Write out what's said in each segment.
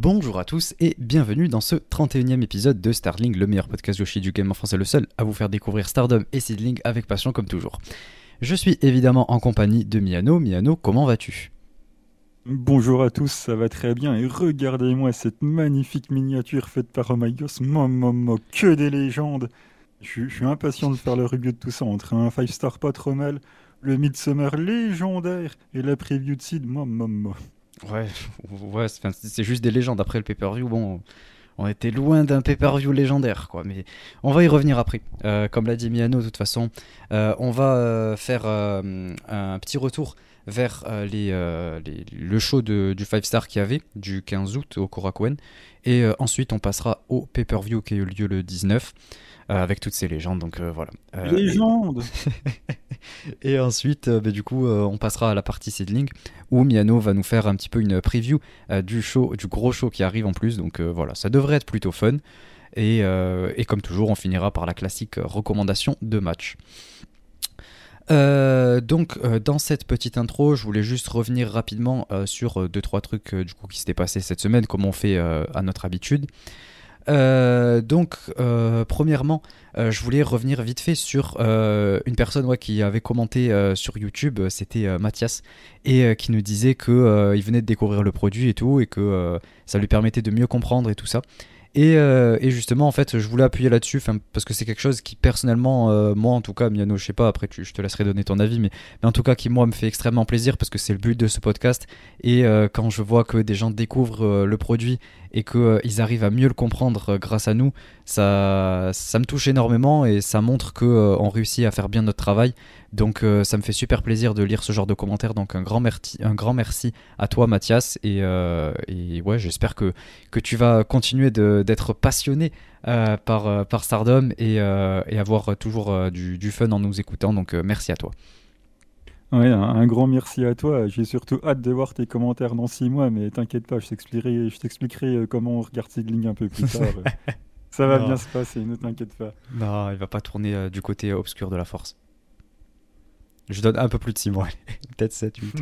Bonjour à tous et bienvenue dans ce 31e épisode de Starling, le meilleur podcast Yoshi du game en français, le seul à vous faire découvrir Stardom et Seedling avec passion comme toujours. Je suis évidemment en compagnie de Miano. Miano, comment vas-tu ? Bonjour à tous, ça va très bien et regardez-moi cette magnifique miniature faite par Oh My Gosh, que des légendes. Je suis impatient de faire le review de tout ça entre un 5-star pas trop mal, le Midsummer légendaire et la preview de Seed, Ouais, c'est juste des légendes. Après le pay-per-view, bon, on était loin d'un pay-per-view légendaire, quoi. Mais on va y revenir après. Comme l'a dit Miano, de toute façon, on va faire un petit retour vers le show du 5-star qu'il y avait du 15 août au Korakuen. Et ensuite, on passera au pay-per-view qui a eu lieu le 19 avec toutes ces légendes. Donc voilà. Légende. Et ensuite, du coup, on passera à la partie seedling où Miano va nous faire un petit peu une preview du gros show qui arrive en plus. Donc voilà, ça devrait être plutôt fun. Et comme toujours, on finira par la classique recommandation de match. Dans cette petite intro, je voulais juste revenir rapidement sur 2-3 trucs du coup qui s'étaient passés cette semaine, comme on fait à notre habitude. Premièrement, je voulais revenir vite fait sur une personne qui avait commenté sur YouTube, c'était Mathias, et qui nous disait qu'il venait de découvrir le produit et tout, et que ça lui permettait de mieux comprendre et tout ça. Et justement, en fait, je voulais appuyer là-dessus, parce que c'est quelque chose qui, personnellement, moi en tout cas, Miano, je sais pas, après je te laisserai donner ton avis, mais en tout cas, qui moi me fait extrêmement plaisir, parce que c'est le but de ce podcast. Et quand je vois que des gens découvrent le produit et qu'ils arrivent à mieux le comprendre grâce à nous, ça me touche énormément et ça montre qu'on réussit à faire bien notre travail. Donc ça me fait super plaisir de lire ce genre de commentaires. Donc un grand merci à toi, Mathias. Et ouais, j'espère que tu vas continuer d'être passionné par Stardom et avoir toujours du fun en nous écoutant. Donc merci à toi. Ouais, un grand merci à toi. J'ai surtout hâte de voir tes commentaires dans 6 mois, mais t'inquiète pas, je t'expliquerai comment on regarde Seedling un peu plus tard. Ça va bien Non, se passer, ne t'inquiète pas. non, il va pas tourner du côté obscur de la force. Je donne un peu plus de 6 mois, peut-être 7, 8.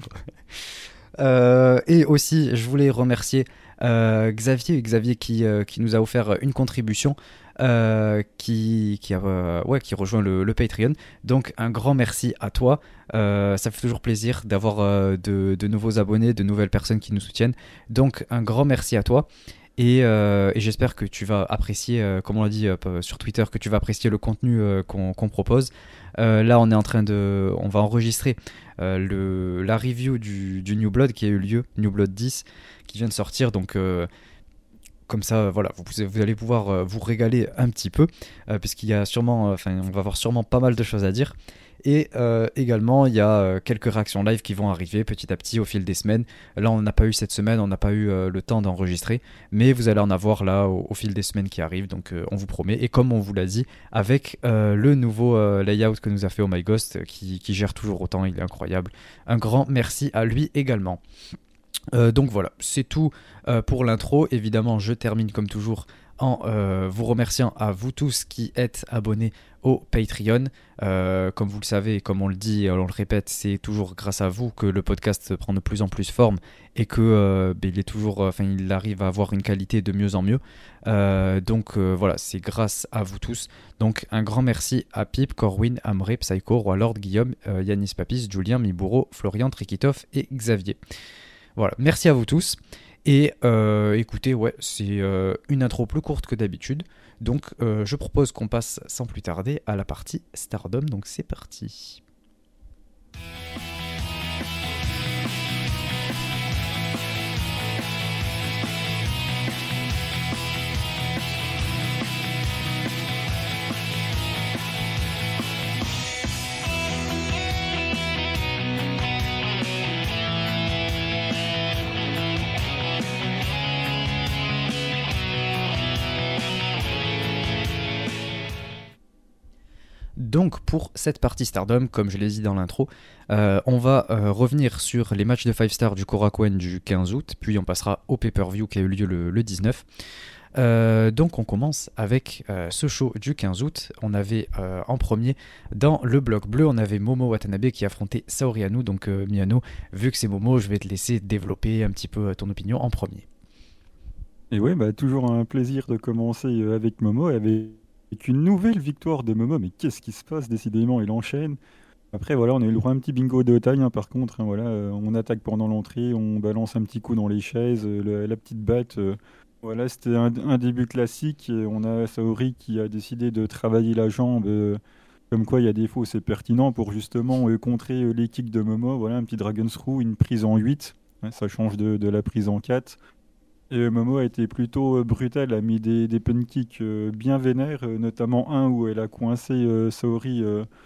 Et aussi, je voulais remercier Xavier qui nous a offert une contribution qui rejoint le Patreon. Donc un grand merci à toi. Ça fait toujours plaisir d'avoir de nouveaux abonnés, de nouvelles personnes qui nous soutiennent. Donc un grand merci à toi. Et j'espère que tu vas apprécier, comme on l'a dit sur Twitter, que tu vas apprécier le contenu qu'on propose. Là, on va enregistrer la review du New Blood qui a eu lieu, New Blood 10, qui vient de sortir. Donc, comme ça, voilà, vous allez pouvoir vous régaler un petit peu, puisqu'il y a sûrement, on va avoir sûrement pas mal de choses à dire. Et également, il y a quelques réactions live qui vont arriver petit à petit au fil des semaines. Là, on n'a pas eu cette semaine, on n'a pas eu le temps d'enregistrer, mais vous allez en avoir là au fil des semaines qui arrivent, donc on vous promet. Et comme on vous l'a dit, avec le nouveau layout que nous a fait Oh My Ghost, qui gère toujours autant, il est incroyable. Un grand merci à lui également. Donc voilà, c'est tout pour l'intro. Évidemment, je termine comme toujours en vous remerciant à vous tous qui êtes abonnés au Patreon. Comme vous le savez, et comme on le dit et on le répète, c'est toujours grâce à vous que le podcast prend de plus en plus forme et que il arrive à avoir une qualité de mieux en mieux. Donc voilà, c'est grâce à vous tous. Donc un grand merci à Pip, Corwin, Amré, Psycho, Roi Lord, Guillaume, Yanis Papis, Julien, Miburo, Florian, Trikitov et Xavier. Voilà, merci à vous tous. Et écoutez, ouais, c'est une intro plus courte que d'habitude. Donc je propose qu'on passe sans plus tarder à la partie Stardom. Donc c'est parti. Donc pour cette partie Stardom, comme je l'ai dit dans l'intro, on va revenir sur les matchs de 5-star du Korakuen du 15 août, puis on passera au pay-per-view qui a eu lieu le 19. Donc on commence avec ce show du 15 août. On avait en premier, dans le bloc bleu, on avait Momo Watanabe qui affrontait Saori Anou. Donc Miano, vu que c'est Momo, je vais te laisser développer un petit peu ton opinion en premier. Et ouais, bah, toujours un plaisir de commencer avec Momo, avec une nouvelle victoire de Momo. Mais qu'est-ce qui se passe? Décidément, il enchaîne. Après, voilà, on a eu le droit à un petit bingo de taille, hein, par contre. Hein, voilà, on attaque pendant l'entrée, on balance un petit coup dans les chaises, la petite batte. Voilà, c'était un début classique. Et on a Saori qui a décidé de travailler la jambe. Comme quoi, il y a des fois, où c'est pertinent pour justement contrer les kicks de Momo. Voilà, un petit Dragon's Roux, une prise en 8. Ouais, ça change de la prise en 4. Et Momo a été plutôt brutale, a mis des pun kicks bien vénères, notamment un où elle a coincé Saori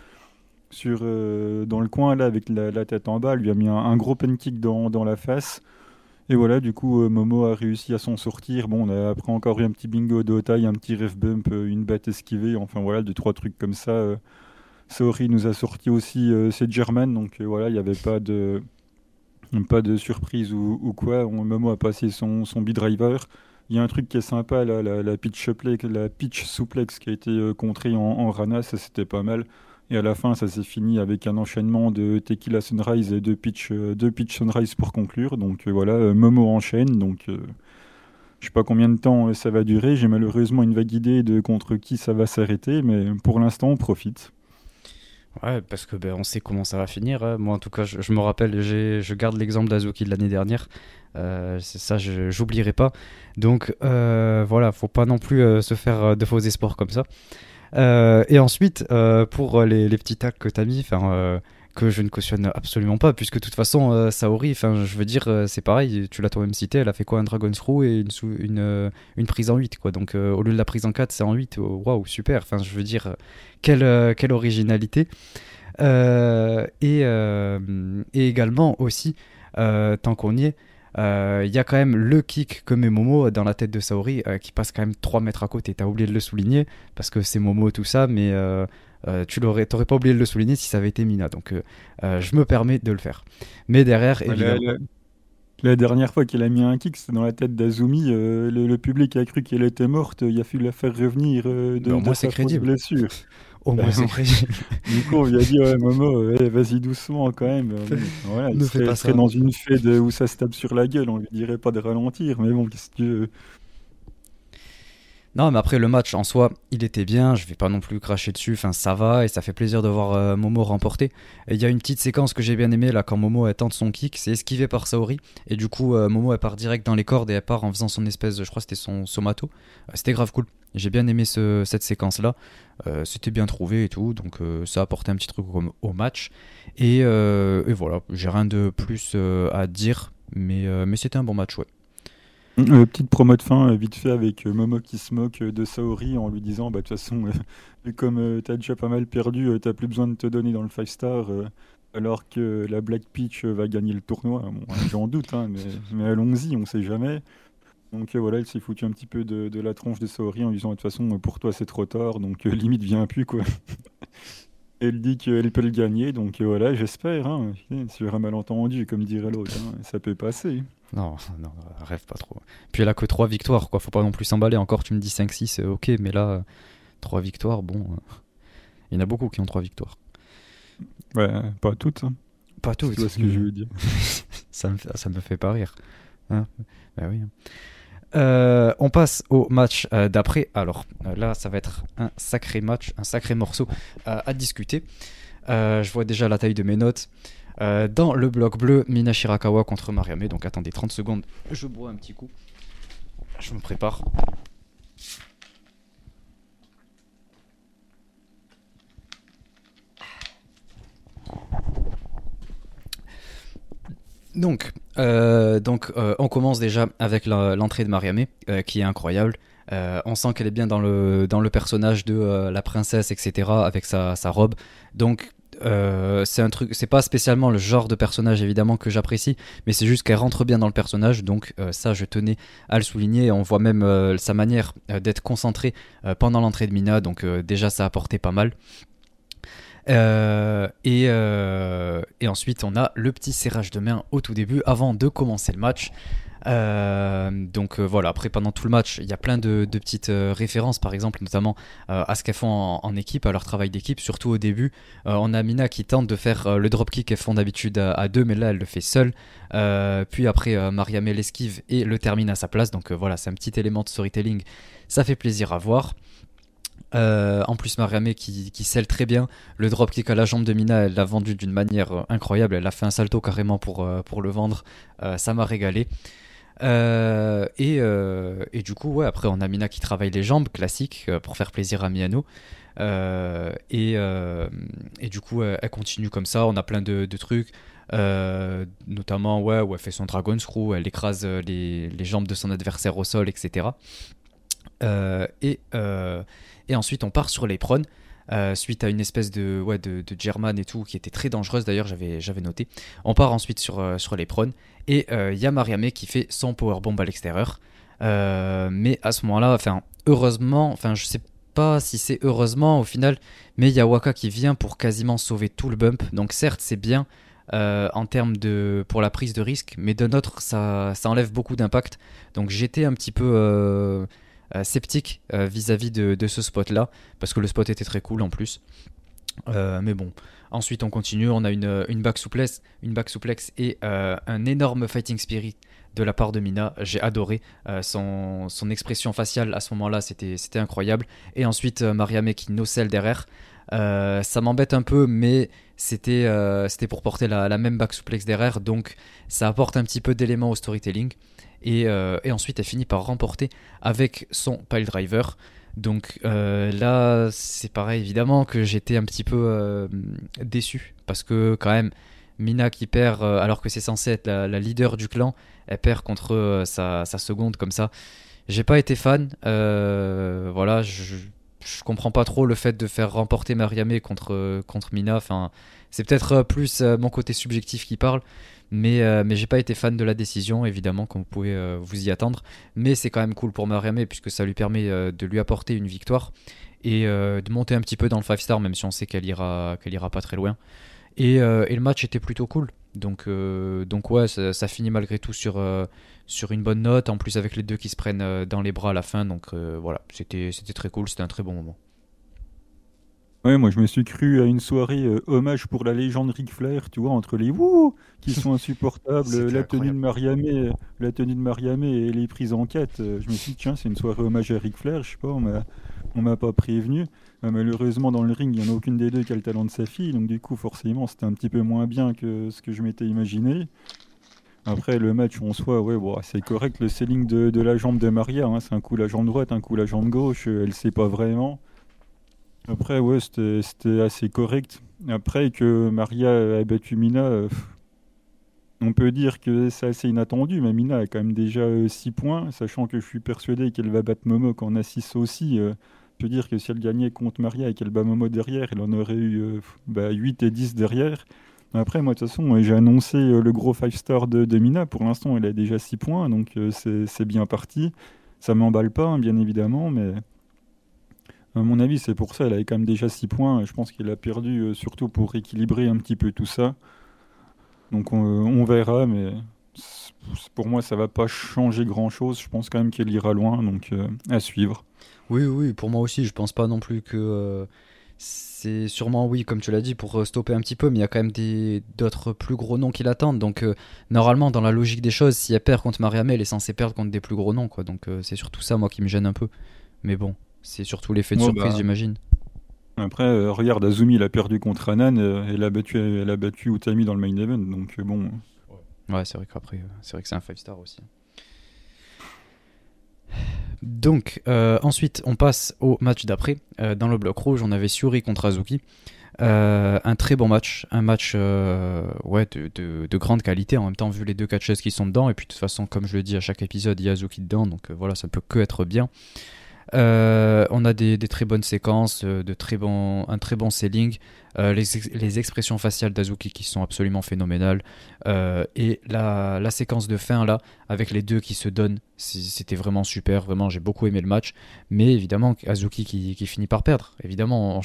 dans le coin là avec la tête en bas, elle lui a mis un gros pun kick dans la face. Et voilà, du coup, Momo a réussi à s'en sortir. Bon, on a après encore eu un petit bingo de taille, un petit ref bump, une batte esquivée, enfin voilà, deux, trois trucs comme ça. Saori nous a sorti aussi ses German, donc voilà, il n'y avait pas de surprise ou quoi. Momo a passé son B-driver. Il y a un truc qui est sympa, là, la pitch suplex qui a été contrée en Rana, ça c'était pas mal. Et à la fin, ça s'est fini avec un enchaînement de Tequila Sunrise et de pitch Sunrise pour conclure. Donc voilà, Momo enchaîne. Donc je sais pas combien de temps ça va durer. J'ai malheureusement une vague idée de contre qui ça va s'arrêter, mais pour l'instant, on profite. Ouais, parce que on sait comment ça va finir, hein. Moi, en tout cas, je me rappelle, je garde l'exemple d'Azuki de l'année dernière. C'est ça, j'oublierai pas. Donc voilà, faut pas non plus se faire de faux espoirs comme ça. Et ensuite, pour les petits tacs que t'as mis, que je ne cautionne absolument pas, puisque de toute façon, Saori, je veux dire, c'est pareil, tu l'as toi-même cité, elle a fait quoi, un Dragon's Roux et une prise en 8, quoi. Donc au lieu de la prise en 4, c'est en 8. Waouh, super. Je veux dire, quelle originalité. Et également aussi, tant qu'on y est, il y a quand même le kick que met Momo dans la tête de Saori qui passe quand même 3 mètres à côté. T'as oublié de le souligner parce que c'est Momo tout ça, mais t'aurais pas oublié de le souligner si ça avait été Mina. Donc je me permets de le faire. Mais derrière, Ouais, La, évidemment. la- la dernière fois qu'elle a mis un kick, c'était dans la tête d'Azumi. Le public a cru qu'elle était morte. Il a fallu la faire revenir Ben, au de moins c'est sa fausse crédible. blessure. Au Ben, moins c'est crédible. du coup, on lui a dit, ouais, Momo, vas-y doucement quand même. Bon, voilà, Ne fais elle pas serait ça. dans une fête où ça se tape sur la gueule. On lui dirait pas de ralentir. Mais bon, qu'est-ce que tu veux. Non, mais après le match en soi, il était bien. Je vais pas non plus cracher dessus. Ça va et ça fait plaisir de voir Momo remporter. Et il y a une petite séquence que j'ai bien aimée là quand Momo elle tente son kick, c'est esquivé par Saori et du coup Momo elle part direct dans les cordes et elle part en faisant son espèce, je crois que c'était son somato. C'était grave cool. J'ai bien aimé cette séquence là. C'était bien trouvé et tout, donc ça a apporté un petit truc au match. Et voilà, j'ai rien de plus à dire, mais c'était un bon match, ouais. Petite promo de fin, vite fait, avec Momo qui se moque de Saori en lui disant, bah, de toute façon, vu comme t'as déjà pas mal perdu, t'as plus besoin de te donner dans le 5 star, alors que la Black Peach va gagner le tournoi. Bon, j'en doute, hein, mais allons-y, on sait jamais. Donc voilà, elle s'est foutue un petit peu de la tronche de Saori en lui disant, de toute façon, pour toi c'est trop tard, donc limite viens plus, quoi. Elle dit qu'elle peut le gagner, donc voilà, j'espère, hein. Sur un malentendu, comme dirait l'autre, hein, ça peut passer. Non, non, rêve pas trop. Puis elle a que 3 victoires, quoi. Faut pas non plus s'emballer. Encore, tu me dis 5-6, ok, mais là, 3 victoires, bon. Il y en a beaucoup qui ont 3 victoires. Ouais, pas toutes, hein, Pas si tu vois toutes. ce que je veux dire. Ça me fait pas rire. Hein, bah oui. On passe au match d'après. Alors là, ça va être un sacré match, un sacré morceau à discuter. Je vois déjà la taille de mes notes. Dans le bloc bleu, Mina Shirakawa contre Mariame. Donc attendez 30 secondes, je bois un petit coup. Je me prépare. On commence déjà avec l'entrée de Mariame, qui est incroyable. On sent qu'elle est bien dans le personnage de la princesse, etc., avec sa robe. Donc, c'est pas spécialement le genre de personnage évidemment que j'apprécie, mais c'est juste qu'elle rentre bien dans le personnage. Donc, ça, je tenais à le souligner. On voit même sa manière d'être concentrée pendant l'entrée de Mina. Donc, déjà, ça a apporté pas mal. Et ensuite, on a le petit serrage de main au tout début avant de commencer le match. Donc voilà, après pendant tout le match, il y a plein de petites références, par exemple, notamment à ce qu'elles font en équipe, à leur travail d'équipe, surtout au début. On a Mina qui tente de faire le dropkick qu'elles font d'habitude à deux, mais là elle le fait seule. Puis après, Mariamé l'esquive et le termine à sa place. Donc voilà, c'est un petit élément de storytelling, ça fait plaisir à voir. En plus, Mariamé qui scelle très bien le dropkick à la jambe de Mina, elle l'a vendu d'une manière incroyable. Elle a fait un salto carrément pour le vendre. Ça m'a régalé. Et du coup, ouais, après on a Mina qui travaille les jambes, classique, pour faire plaisir à Miano. Et du coup, elle continue comme ça. On a plein de trucs, notamment ouais, où elle fait son Dragon Screw, elle écrase les jambes de son adversaire au sol, etc. Euh, et, euh, et ensuite, on part sur les prônes. Suite à une espèce de German et tout qui était très dangereuse, d'ailleurs j'avais noté. On part ensuite sur les prônes et il y a Mariamé qui fait son powerbomb à l'extérieur. Mais à ce moment-là, enfin heureusement, enfin je sais pas si c'est heureusement au final, mais il y a Waka qui vient pour quasiment sauver tout le bump. Donc certes c'est bien en termes pour la prise de risque, mais de notre ça enlève beaucoup d'impact. Donc j'étais un petit peu sceptique vis-à-vis de ce spot là parce que le spot était très cool en plus. Mais bon, ensuite on continue, on a une back suplex et un énorme fighting spirit de la part de Mina. J'ai adoré son expression faciale à ce moment là, c'était incroyable. Et ensuite Mariamé qui nocelle derrière. Ça m'embête un peu, mais c'était pour porter la même back suplex derrière, donc ça apporte un petit peu d'éléments au storytelling. Et ensuite, elle finit par remporter avec son pile driver. Donc là, c'est pareil, évidemment, que j'étais un petit peu déçu. Parce que quand même, Mina qui perd, alors que c'est censé être la leader du clan, elle perd contre sa seconde comme ça. J'ai pas été fan. Voilà, je comprends pas trop le fait de faire remporter Mariamé contre Mina. Enfin, c'est peut-être plus mon côté subjectif qui parle. Mais j'ai pas été fan de la décision, évidemment, comme vous pouvez vous y attendre. Mais c'est quand même cool pour Mariamé, puisque ça lui permet de lui apporter une victoire et de monter un petit peu dans le 5 star, même si on sait qu'elle ira pas très loin. Et le match était plutôt cool. Donc ouais, ça finit malgré tout sur une bonne note, en plus avec les deux qui se prennent dans les bras à la fin. Donc voilà, c'était très cool, c'était un très bon moment. Ouais, moi je me suis cru à une soirée hommage pour la légende Ric Flair, tu vois, entre les wouh qui sont insupportables, C'était incroyable. La tenue de Mariamé et les prises en quête. Je me suis dit, tiens, c'est une soirée hommage à Ric Flair, je sais pas, on m'a pas prévenu. Malheureusement, dans le ring, il n'y en a aucune des deux qui a le talent de sa fille, donc du coup, forcément, c'était un petit peu moins bien que ce que je m'étais imaginé. Après, le match en soi, ouais, bon, c'est correct, le selling de la jambe de Maria, hein, c'est un coup la jambe droite, un coup la jambe gauche, elle sait pas vraiment. Après, ouais, c'était assez correct. Après que Maria a battu Mina, on peut dire que c'est assez inattendu, mais Mina a quand même déjà 6 points, sachant que je suis persuadé qu'elle va battre Momo en a 6 aussi. Je peux dire que si elle gagnait contre Maria et qu'elle bat Momo derrière, elle en aurait eu 8 et 10 derrière. Après, moi, de toute façon, j'ai annoncé le gros 5 star de Mina. Pour l'instant, elle a déjà 6 points, donc c'est bien parti. Ça m'emballe pas, hein, bien évidemment, mais à mon avis, c'est pour ça. Elle avait quand même déjà 6 points. Je pense qu'elle a perdu surtout pour équilibrer un petit peu tout ça. Donc on verra, mais pour moi, ça va pas changer grand-chose. Je pense quand même qu'elle ira loin, donc à suivre. Oui, oui, pour moi aussi, je pense pas non plus que c'est sûrement, oui, comme tu l'as dit, pour stopper un petit peu, mais il y a quand même d'autres plus gros noms qui l'attendent. Donc, normalement, dans la logique des choses, si elle perd contre Mariamé, elle est censée perdre contre des plus gros noms, quoi. Donc, c'est surtout ça, moi, qui me gêne un peu. Mais bon, c'est surtout l'effet de Moi, surprise, j'imagine. après, regarde, Azumi, il a perdu contre Anan. Elle a battu Utami dans le main event. Donc bon. Ouais, c'est vrai qu'après, c'est vrai que c'est un 5 star aussi. Donc, ensuite, on passe au match d'après. Dans le bloc rouge, on avait Syuri contre Azuki. Un très bon match, un match ouais, de grande qualité en même temps vu les deux catcheuses qui sont dedans et puis de toute façon comme je le dis à chaque épisode il y a Azuki dedans donc voilà ça peut que être bien. On a des très bonnes séquences, un très bon selling, les expressions faciales d'Azuki qui sont absolument phénoménales, et la séquence de fin là, avec les deux qui se donnent, c'était vraiment super, vraiment j'ai beaucoup aimé le match, mais évidemment Azuki qui finit par perdre, évidemment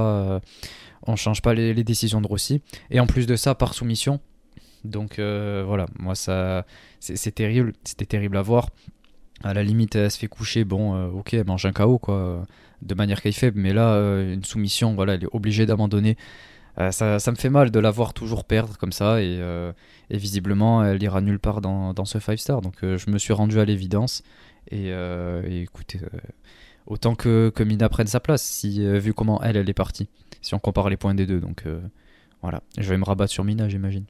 on change pas les décisions de Rossi, et en plus de ça par soumission, donc voilà, moi c'est terrible, c'était terrible à voir. À la limite, elle se fait coucher, bon, ok, elle mange un KO, quoi, de manière faible, mais là, une soumission, voilà, elle est obligée d'abandonner. Ça me fait mal de la voir toujours perdre comme ça, et visiblement, elle ira nulle part dans ce 5 star. Donc, je me suis rendu à l'évidence, et écoutez, autant que Mina prenne sa place, vu comment elle est partie, si on compare les points des deux. Donc, voilà, je vais me rabattre sur Mina, j'imagine.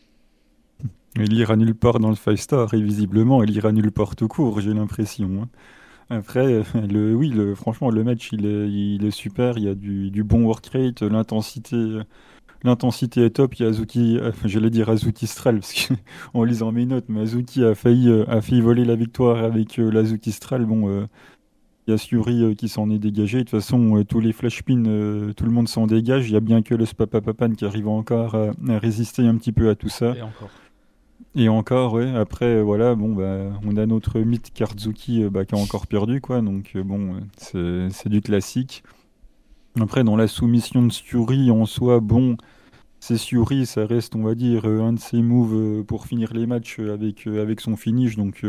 Il ira nulle part dans le 5 star et visiblement il ira nulle part tout court, j'ai l'impression, hein. Après, oui, franchement, le match il est super, il y a du bon work rate, l'intensité est top. Il y a Azuki, j'allais dire Azuki Stral, parce que, en lisant mes notes, mais Azuki a failli voler la victoire avec l'Azuki Stral. Bon, il y a Syuri qui s'en est dégagé. De toute façon, tous les flash pins, tout le monde s'en dégage. Il y a bien que le Spapapapan qui arrive encore à résister un petit peu à tout ça. Et encore. Et encore, ouais. Après, voilà, bon, bah, on a notre mythe Kartsuki qui a encore perdu, quoi. Donc, bon, c'est du classique. Après, dans la soumission de Syuri en soi, bon, c'est Syuri, ça reste, on va dire, un de ses moves pour finir les matchs avec son finish. Donc,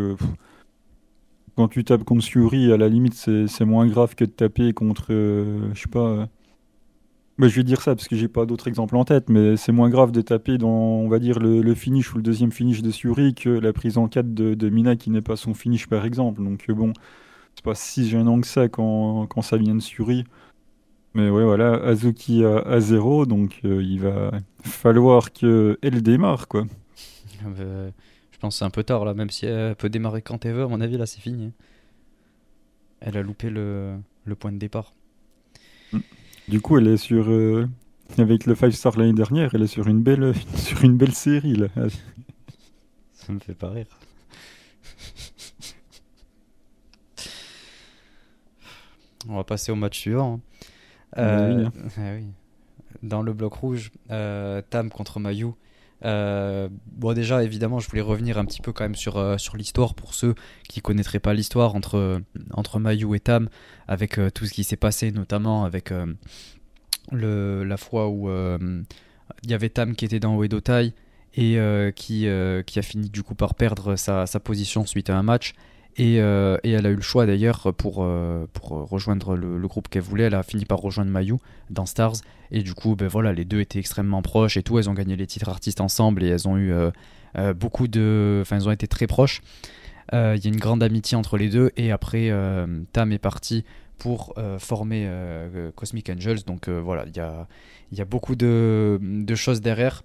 quand tu tapes contre Syuri, à la limite, c'est moins grave que de taper contre, je sais pas. Bah, je vais dire ça parce que j'ai pas d'autres exemples en tête, mais c'est moins grave de taper dans, on va dire, le finish ou le deuxième finish de Syuri que la prise en 4 de Mina qui n'est pas son finish, par exemple. Donc, bon, c'est pas si gênant que ça quand ça vient de Syuri. Mais ouais, voilà, Azuki à 0, donc il va falloir qu'elle démarre, quoi. Je pense que c'est un peu tard là, même si elle peut démarrer quand elle veut, à mon avis là c'est fini. Elle a loupé le point de départ. Du coup, elle est avec le 5 star l'année dernière, elle est sur une belle, sur une belle série, là. Ça me fait pas rire. On va passer au match suivant. Oui, hein. Oui. Dans le bloc rouge, Tam contre Mayu. Bon, déjà, évidemment, je voulais revenir un petit peu quand même sur l'histoire pour ceux qui connaîtraient pas l'histoire entre Mayu et Tam, avec tout ce qui s'est passé, notamment avec la fois où il y avait Tam qui était dans Oedo Tai et qui a fini du coup par perdre sa position suite à un match. Et elle a eu le choix d'ailleurs pour rejoindre le groupe qu'elle voulait. Elle a fini par rejoindre Mayu dans Stars. Et du coup, ben voilà, les deux étaient extrêmement proches et tout. Elles ont gagné les titres artistes ensemble et elles ont eu elles ont été très proches. Il y a une grande amitié entre les deux. Et après, Tam est partie pour former Cosmic Angels. Donc voilà, il y a beaucoup de choses derrière.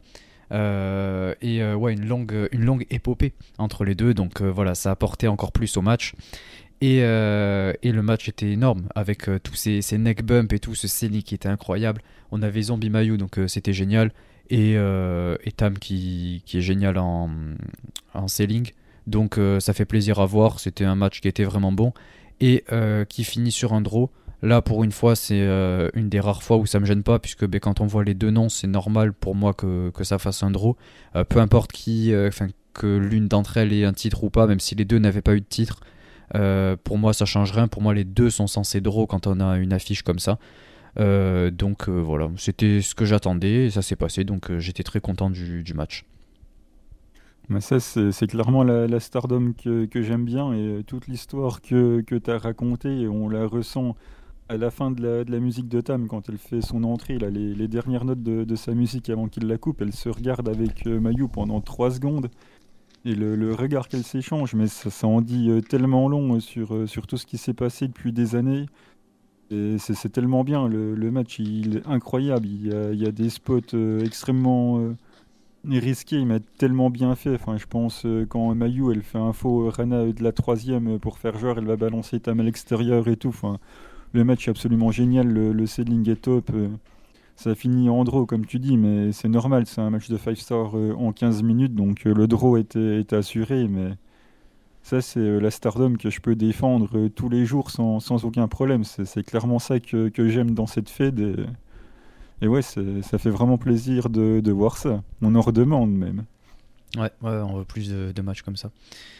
Ouais, une longue épopée entre les deux, donc voilà, ça a apporté encore plus au match. Et le match était énorme avec tous ces neck bumps et tout ce selling qui était incroyable. On avait Zombie Mayu, donc c'était génial, et Tam qui est génial en selling, donc ça fait plaisir à voir. C'était un match qui était vraiment bon et qui finit sur un draw. Là, pour une fois, c'est une des rares fois où ça me gêne pas, puisque quand on voit les deux noms, c'est normal pour moi que ça fasse un draw. Peu importe que l'une d'entre elles ait un titre ou pas, même si les deux n'avaient pas eu de titre. Pour moi, ça change rien. Pour moi, les deux sont censés draw quand on a une affiche comme ça. Donc voilà, c'était ce que j'attendais et ça s'est passé. Donc j'étais très content du match. Mais ça, c'est clairement la Stardom que j'aime bien et toute l'histoire que tu as racontée, on la ressent à la fin de la musique de Tam, quand elle fait son entrée, là, les dernières notes de sa musique avant qu'il la coupe, elle se regarde avec Mayu pendant 3 secondes et le regard qu'elle s'échange, mais ça en dit tellement long sur tout ce qui s'est passé depuis des années. Et c'est tellement bien, le match il est incroyable, il y a des spots extrêmement risqués, mais tellement bien fait. Enfin, je pense quand Mayu elle fait un faux Rana de la troisième pour faire genre, elle va balancer Tam à l'extérieur et tout. Enfin, le match est absolument génial, le selling est top. Ça finit en draw, comme tu dis, mais c'est normal, c'est un match de 5 star en 15 minutes, donc le draw était assuré, mais Ça, c'est la Stardom que je peux défendre tous les jours sans aucun problème. C'est clairement ça que j'aime dans cette Fed. Et ouais, ça fait vraiment plaisir de voir ça. On en redemande même. Ouais, on veut plus de matchs comme ça.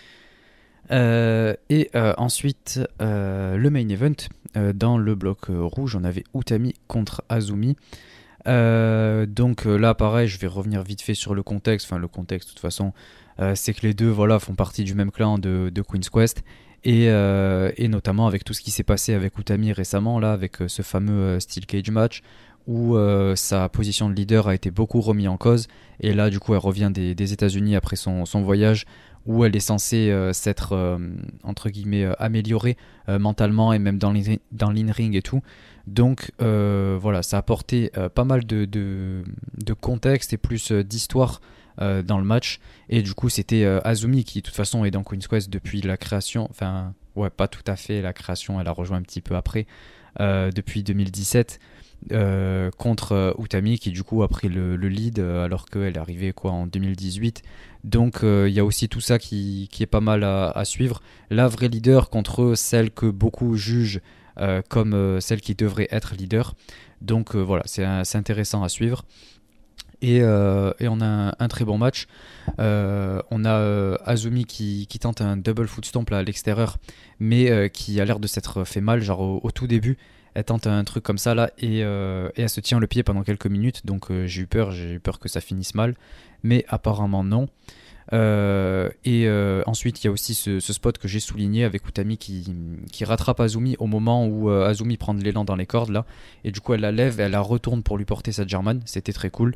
Ensuite, le main event. Dans le bloc rouge, on avait Utami contre Azumi. Donc là, pareil, je vais revenir vite fait sur le contexte. Enfin, le contexte, de toute façon, c'est que les deux font partie du même clan de Queen's Quest. Et notamment avec tout ce qui s'est passé avec Utami récemment, là, avec ce fameux Steel Cage match, où sa position de leader a été beaucoup remis en cause. Et là, du coup, elle revient des États-Unis après son voyage, où elle est censée s'être, entre guillemets, améliorée mentalement et même dans l'in-ring et tout. Donc voilà, ça a apporté pas mal de contexte et plus d'histoire dans le match. Et du coup, c'était Azumi qui, de toute façon, est dans Queen's Quest depuis la création. Enfin, ouais, pas tout à fait la création, elle a rejoint un petit peu après, depuis 2017. Contre Utami qui du coup a pris le lead alors qu'elle est arrivée en 2018. Donc il y a aussi tout ça qui est pas mal à suivre. La vraie leader contre celle que beaucoup jugent comme celle qui devrait être leader. Donc voilà, c'est intéressant à suivre. Et on a un très bon match. On a Azumi qui tente un double foot stomp là, à l'extérieur, mais qui a l'air de s'être fait mal, genre au tout début. Elle tente un truc comme ça là et elle se tient le pied pendant quelques minutes. Donc j'ai eu peur que ça finisse mal. Mais apparemment non. Ensuite il y a aussi ce spot que j'ai souligné avec Utami qui rattrape Azumi au moment où Azumi prend de l'élan dans les cordes là. Et du coup elle la lève, elle la retourne pour lui porter sa German. C'était très cool.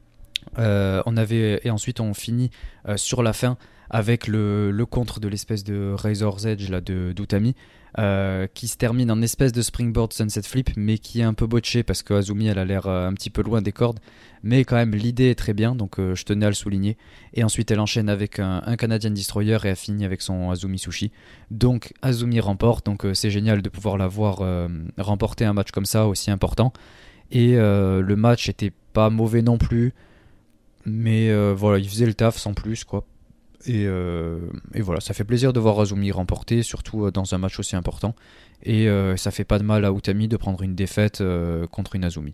Et ensuite on finit sur la fin avec le contre de l'espèce de Razor's Edge là, d'Utami qui se termine en espèce de springboard sunset flip mais qui est un peu botché parce que Azumi elle a l'air un petit peu loin des cordes, mais quand même l'idée est très bien, donc je tenais à le souligner. Et ensuite elle enchaîne avec un Canadian Destroyer et elle finit avec son Azumi Sushi. Donc Azumi remporte, donc c'est génial de pouvoir la voir remporter un match comme ça aussi important. Et le match était pas mauvais non plus, mais voilà, il faisait le taf sans plus quoi. Et voilà, ça fait plaisir de voir Azumi remporter, surtout dans un match aussi important. Et ça fait pas de mal à Utami de prendre une défaite contre une Azumi.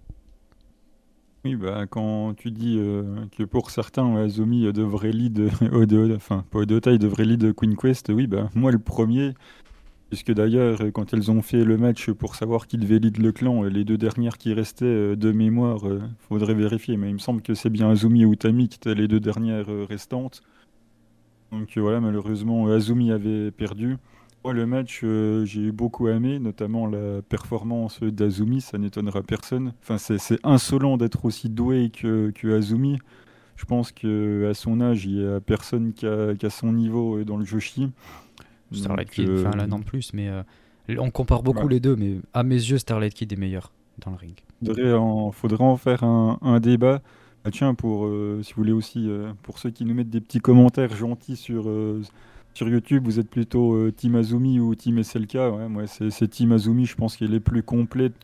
Oui, bah, quand tu dis que pour certains, Azumi devrait lead Odeota, enfin, pas Odeota, il devrait lead Queen Quest, oui, bah, moi le premier, puisque d'ailleurs, quand elles ont fait le match pour savoir qui devait lead le clan, les deux dernières qui restaient de mémoire, faudrait vérifier, mais il me semble que c'est bien Azumi et Utami qui étaient les deux dernières restantes. Donc voilà, malheureusement, Azumi avait perdu. Moi, le match, j'ai beaucoup aimé, notamment la performance d'Azumi, ça n'étonnera personne. Enfin, c'est insolent d'être aussi doué que Azumi. Je pense qu'à son âge, il n'y a personne qui a son niveau dans le Joshi. Starlight Donc, Kid, enfin là non plus, mais on compare beaucoup bah, les deux, mais à mes yeux, Starlight Kid est meilleur dans le ring. faudrait en faire un débat. Ah, tiens, si vous voulez aussi, pour ceux qui nous mettent des petits commentaires gentils sur YouTube, vous êtes plutôt Team Azumi ou Team SLK? Ouais, moi, c'est Team Azumi, je pense qu'elle est plus complète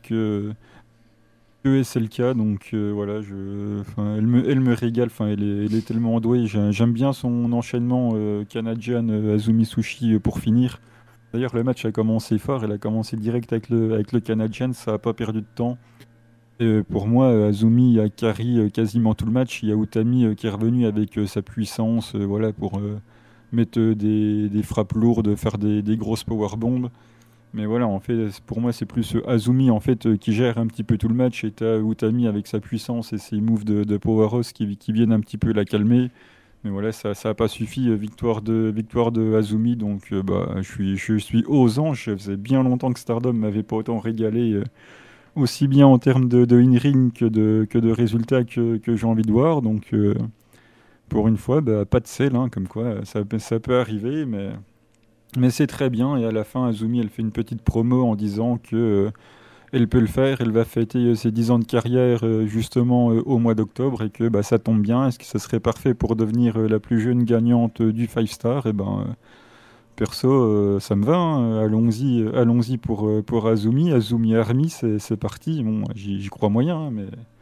que SLK. Donc voilà, enfin, elle me régale, enfin, elle est tellement douée. J'aime bien son enchaînement Canadian Azumi Sushi pour finir. D'ailleurs, le match a commencé fort, elle a commencé direct avec le Canadian, ça n'a pas perdu de temps. Pour moi, Azumi a carry quasiment tout le match. Il y a Utami qui est revenu avec sa puissance voilà, pour mettre des frappes lourdes, faire des grosses powerbombs. Mais voilà, en fait, pour moi, c'est plus Azumi en fait, qui gère un petit peu tout le match. Et t'as Utami avec sa puissance et ses moves de powerhouse qui viennent un petit peu la calmer. Mais voilà, ça n'a pas suffi. Victoire de Azumi. Donc bah, je suis aux anges. Ça faisait bien longtemps que Stardom m'avait pas autant régalé. Aussi bien en termes de in-ring que de résultats que j'ai envie de voir. Donc, pour une fois, bah, pas de sel, hein, comme quoi ça peut arriver, mais c'est très bien. Et à la fin, Azumi, elle fait une petite promo en disant que elle peut le faire. Elle va fêter ses 10 ans de carrière justement au mois d'octobre et que bah, ça tombe bien. Est-ce que ça serait parfait pour devenir la plus jeune gagnante du 5 Star? Et ben, perso, ça me va, hein. Allons-y pour Azumi. Azumi Army, c'est parti. Bon, j'y crois moyen, hein,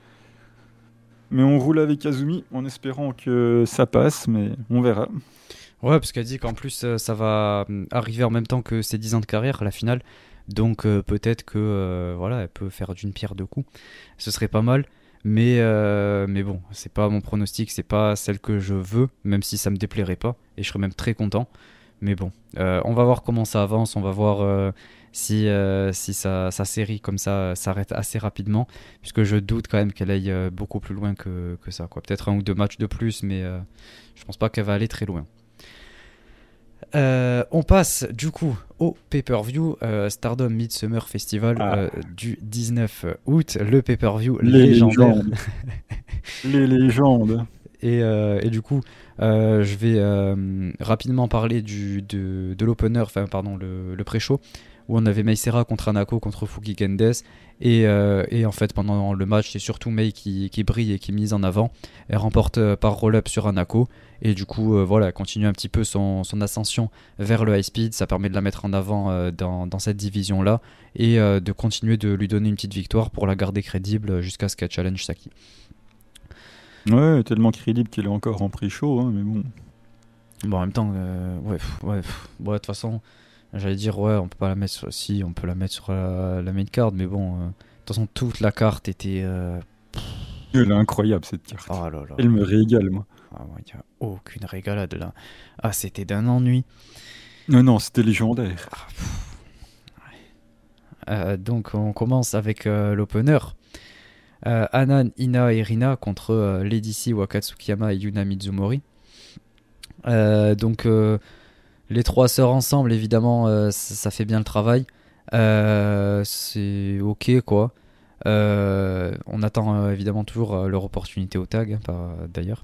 mais on roule avec Azumi en espérant que ça passe, mais on verra. Ouais, parce qu'elle dit qu'en plus ça va arriver en même temps que ses 10 ans de carrière, la finale. Donc peut-être que voilà, elle peut faire d'une pierre deux coups. Ce serait pas mal. Mais bon, c'est pas mon pronostic, c'est pas celle que je veux, même si ça me déplairait pas. Et je serais même très content. Mais bon, on va voir comment ça avance, on va voir si sa série comme ça s'arrête assez rapidement, puisque je doute quand même qu'elle aille beaucoup plus loin que ça, quoi. Peut-être un ou deux matchs de plus, mais je pense pas qu'elle va aller très loin. On passe du coup au pay-per-view Stardom Midsummer Festival Ah, du 19 août, le pay-per-view les légendaire. légendes. Les légendes. Et du coup, je vais rapidement parler de l'opener, enfin pardon, le pré-show, où on avait Mei Seira contre Anako contre Fuki Gendes. Et en fait, pendant le match, c'est surtout Mei qui brille et qui est mise en avant. Elle remporte par roll-up sur Anako. Et du coup, voilà, elle continue un petit peu son ascension vers le high speed. Ça permet de la mettre en avant dans cette division-là. Et de continuer de lui donner une petite victoire pour la garder crédible jusqu'à ce qu'elle challenge Saki. Ouais, tellement crédible qu'il est encore en pré-show, hein, mais bon. Bon, en même temps, ouais, bon, de toute façon, j'allais dire, ouais, on peut pas la mettre sur, si, on peut la mettre sur la main card, mais bon, de toute façon, toute la carte était. Elle est incroyable cette carte. Oh là là. Elle me régale, moi. Ah, il n'y a aucune régalade là. Ah, c'était d'un ennui. Non, non, c'était légendaire. Donc, on commence avec l'opener. Anan, Ina et Rina contre Lady C, Wakatsukiyama et Yuna Mizumori. Donc, les trois sœurs ensemble, évidemment, ça fait bien le travail. C'est ok, quoi. On attend évidemment toujours leur opportunité au tag, d'ailleurs.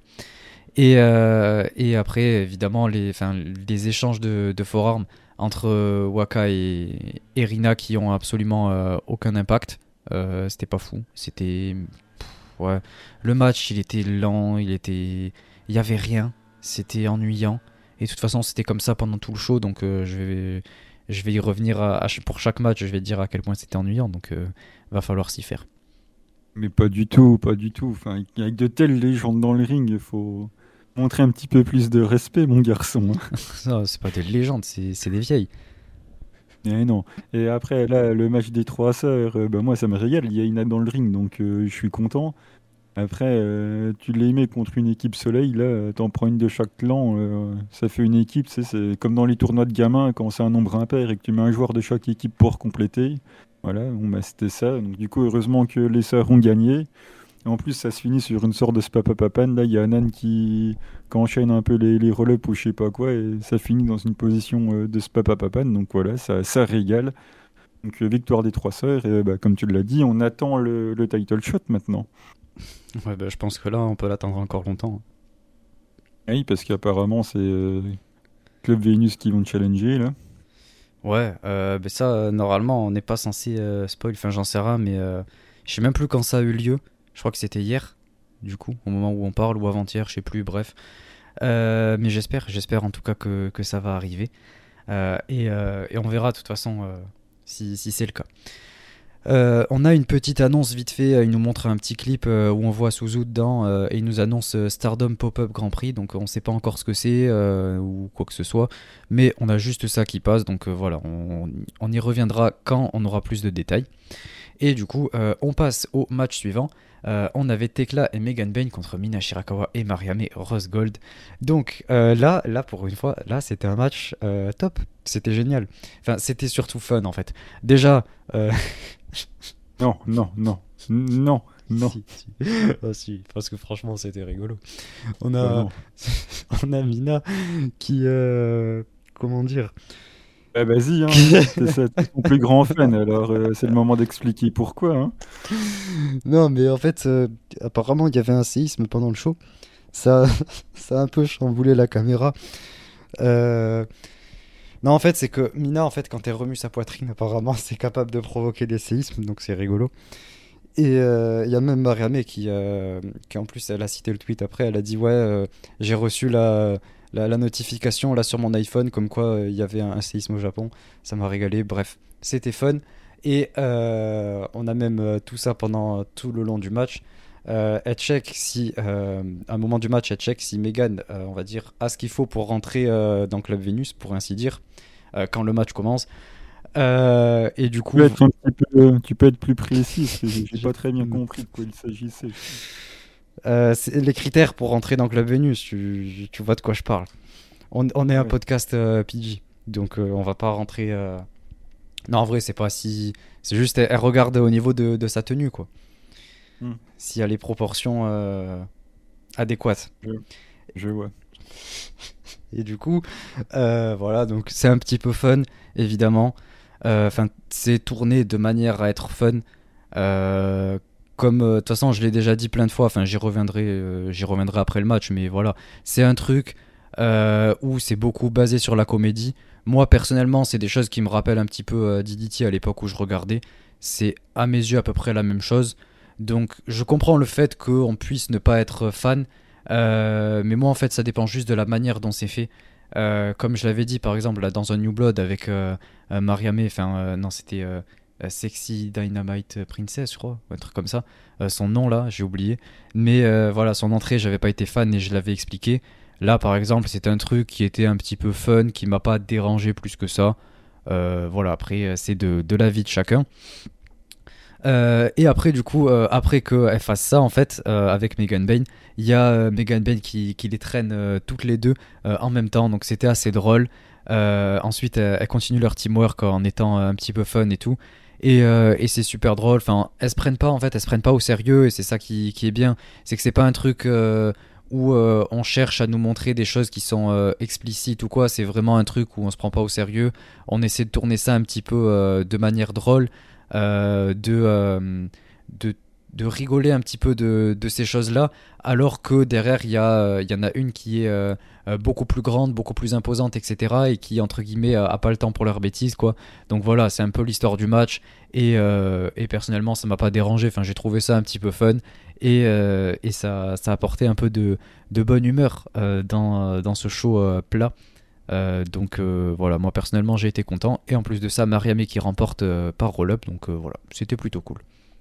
Et après, évidemment, les échanges de forearms entre Waka et Rina qui ont absolument aucun impact. C'était pas fou. Ouais. Le match, il était lent, il y avait rien. C'était ennuyant. Et de toute façon, c'était comme ça pendant tout le show, donc je vais y revenir pour chaque match. Je vais dire à quel point c'était ennuyant, donc va falloir s'y faire. Mais pas du tout, pas du tout. Enfin, avec de telles légendes dans le ring, il faut montrer un petit peu plus de respect, mon garçon. Non, c'est pas des légendes, c'est des vieilles. Et non. Et après, là, le match des trois sœurs, bah, moi, ça me régale. Il y a Ina dans le ring, donc je suis content. Après, tu les mets contre une équipe soleil, là, t'en prends une de chaque clan, ça fait une équipe, c'est comme dans les tournois de gamins, quand c'est un nombre impair et que tu mets un joueur de chaque équipe pour compléter. Voilà, bon, bah, c'était ça. Donc, du coup, heureusement que les sœurs ont gagné. Et en plus, ça se finit sur une sorte de spapapapan. Là, il y a Anan qui enchaîne un peu les roll-ups ou je sais pas quoi, et ça finit dans une position de spapapapan. Donc voilà, ça régale. Donc victoire des trois sœurs, et bah, comme tu l'as dit, on attend le title shot maintenant. Ouais, bah, je pense que là, on peut l'attendre encore longtemps. Oui, parce qu'apparemment, c'est Club Venus qui vont challenger, là. Ouais, mais ça, normalement, on n'est pas censé spoil. Enfin, j'en sais rien, mais je sais même plus quand ça a eu lieu. Je crois que c'était hier, du coup, au moment où on parle, ou avant-hier, je sais plus, bref. Mais j'espère en tout cas que ça va arriver. Et on verra de toute façon si c'est le cas. On a une petite annonce vite fait, il nous montre un petit clip où on voit Suzu dedans et il nous annonce Stardom Pop-Up Grand Prix, donc on sait pas encore ce que c'est ou quoi que ce soit, mais on a juste ça qui passe, donc voilà, on y reviendra quand on aura plus de détails. Et du coup, on passe au match suivant. On avait Tekla et Megan Bayne contre Mina Shirakawa et Mariame Rose Gold. Donc là, pour une fois, là c'était un match top. C'était génial. Enfin, c'était surtout fun en fait. Déjà. Non, non, non, non, non. Si. Oh, si, parce que franchement, c'était rigolo. On Bah a, non. on a Mina qui. Comment dire. Bah vas-y, hein. C'est ça, t'es ton plus grand fan, alors c'est le moment d'expliquer pourquoi, hein. Non, mais en fait, apparemment, il y avait un séisme pendant le show. Ça, ça a un peu chamboulé la caméra. Euh, Non, en fait, c'est que Mina, en fait, quand elle remue sa poitrine, apparemment, c'est capable de provoquer des séismes, donc c'est rigolo. Et il y a même Mariamé qui, en plus, elle a cité le tweet après, elle a dit, ouais, j'ai reçu la notification là sur mon iPhone, comme quoi il y avait un séisme au Japon. Ça m'a régalé, bref, c'était fun. Et on a même tout ça pendant tout le long du match. elle check si, à un moment du match, elle check si Megan, on va dire, a ce qu'il faut pour rentrer dans Club Vénus, pour ainsi dire, quand le match commence. Et du coup, Tu peux être plus précis, parce que j'ai pas très bien compris de quoi il s'agissait. c'est les critères pour rentrer dans Club Vénus, tu vois de quoi je parle. On est un Ouais. podcast PG, donc on va pas rentrer. Non, en vrai, c'est pas si. C'est juste, elle regarde au niveau de sa tenue, quoi. Hmm, S'il y a les proportions adéquates. je, je vois. Et du coup, voilà, donc c'est un petit peu fun, évidemment. Enfin, c'est tourné de manière à être fun. Comme de toute façon, je l'ai déjà dit plein de fois. Enfin, j'y reviendrai après le match, mais voilà, c'est un truc où c'est beaucoup basé sur la comédie. Moi, personnellement, c'est des choses qui me rappellent un petit peu DDT à l'époque où je regardais. C'est à mes yeux à peu près la même chose. Donc, je comprends le fait qu'on puisse ne pas être fan. Mais moi, en fait, ça dépend juste de la manière dont c'est fait. Comme je l'avais dit, par exemple, là, dans un New Blood avec Mariamé, enfin, non, c'était Sexy Dynamite Princess, je crois, un truc comme ça. Son nom, là, j'ai oublié. Mais voilà, son entrée, j'avais pas été fan et je l'avais expliqué. Là, par exemple, c'était un truc qui était un petit peu fun, qui m'a pas dérangé plus que ça. Voilà, après, c'est de l'avis de chacun. Et après, du coup, après qu'elle fasse ça, en fait, avec Megan Bayne, il y a Megan Bayne qui les traîne toutes les deux en même temps, donc c'était assez drôle. Ensuite, elles continuent leur teamwork en étant un petit peu fun et tout. Et c'est super drôle. Enfin, elles se prennent pas, en fait, elles se prennent pas au sérieux, et c'est ça qui est bien. C'est que c'est pas un truc où on cherche à nous montrer des choses qui sont explicites ou quoi. C'est vraiment un truc où on se prend pas au sérieux. On essaie de tourner ça un petit peu de manière drôle euh, de, euh, de, de rigoler un petit peu de ces choses-là, alors que derrière, il y en a une qui est beaucoup plus grande, beaucoup plus imposante, etc., et qui, entre guillemets, a pas le temps pour leurs bêtises, quoi. Donc voilà, c'est un peu l'histoire du match, et personnellement, ça m'a pas dérangé, enfin, j'ai trouvé ça un petit peu fun, et ça a apporté un peu de bonne humeur dans ce show plat. Donc voilà, moi personnellement j'ai été content. Et en plus de ça, Mariamé qui remporte par roll-up. Donc voilà, c'était plutôt cool.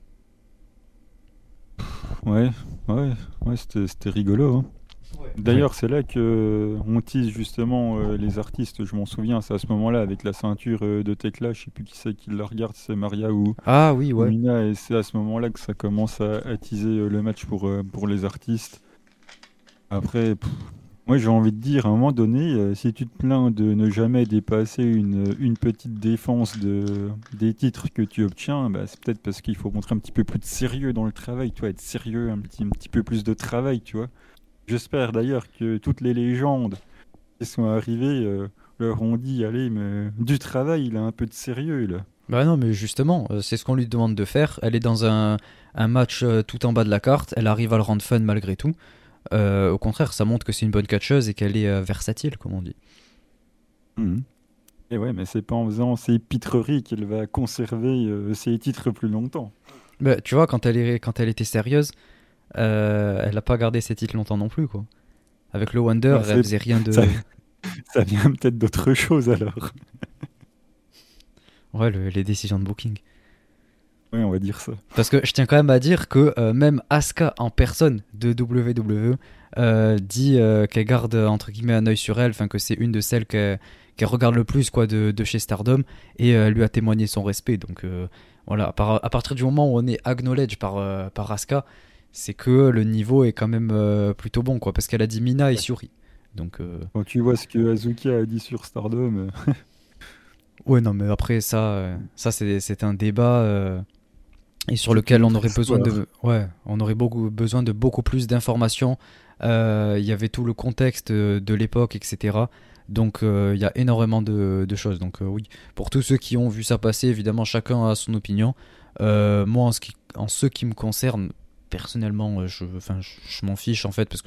Ouais, ouais, ouais, c'était rigolo, hein. Ouais. D'ailleurs, c'est là que on tease justement les artistes, je m'en souviens, c'est à ce moment-là avec la ceinture de Tekla, je sais plus qui c'est qui la regarde, c'est Maria Ah oui, ou ouais. Mina, et c'est à ce moment-là que ça commence à teaser le match pour les artistes. Après, moi j'ai envie de dire, à un moment donné, si tu te plains de ne jamais dépasser une petite défense des titres que tu obtiens, bah, c'est peut-être parce qu'il faut montrer un petit peu plus de sérieux dans le travail, tu vois, être sérieux, un petit peu plus de travail, tu vois. J'espère d'ailleurs que toutes les légendes qui sont arrivées leur ont dit, allez, mais du travail, il a un peu de sérieux là. Bah non, mais justement, c'est ce qu'on lui demande de faire. Elle est dans un match tout en bas de la carte. Elle arrive à le rendre fun malgré tout. Au contraire, ça montre que c'est une bonne catcheuse et qu'elle est versatile, comme on dit. Mhm. Et ouais, mais c'est pas en faisant ces pitreries qu'elle va conserver ses titres plus longtemps. Bah, tu vois, quand elle était sérieuse, elle a pas gardé ses titres longtemps non plus, quoi. Avec le Wonder, Ouais, elle faisait rien ça, de. ça vient peut-être d'autre chose alors. Ouais, les décisions de booking. Oui, on va dire ça. Parce que je tiens quand même à dire que même Asuka en personne de WWE dit qu'elle garde entre guillemets un œil sur elle, enfin que c'est une de celles qu'elle regarde le plus quoi de chez Stardom et elle lui a témoigné son respect. Donc voilà, à partir du moment où on est acknowledge par Asuka, c'est que le niveau est quand même plutôt bon quoi, parce qu'elle a dit Mina et Ouais. Shuri. Donc Quand tu vois ce que Azuka a dit sur Stardom, ouais non mais après ça c'est un débat. Et sur c'est lequel une on autre aurait besoin histoire. de ouais on aurait besoin de beaucoup plus d'informations. Il y avait tout le contexte de l'époque, etc. Donc il y a énormément de choses. Donc oui, pour tous ceux qui ont vu ça passer, évidemment chacun a son opinion. Moi en ce qui me concerne personnellement, je m'en fiche en fait parce que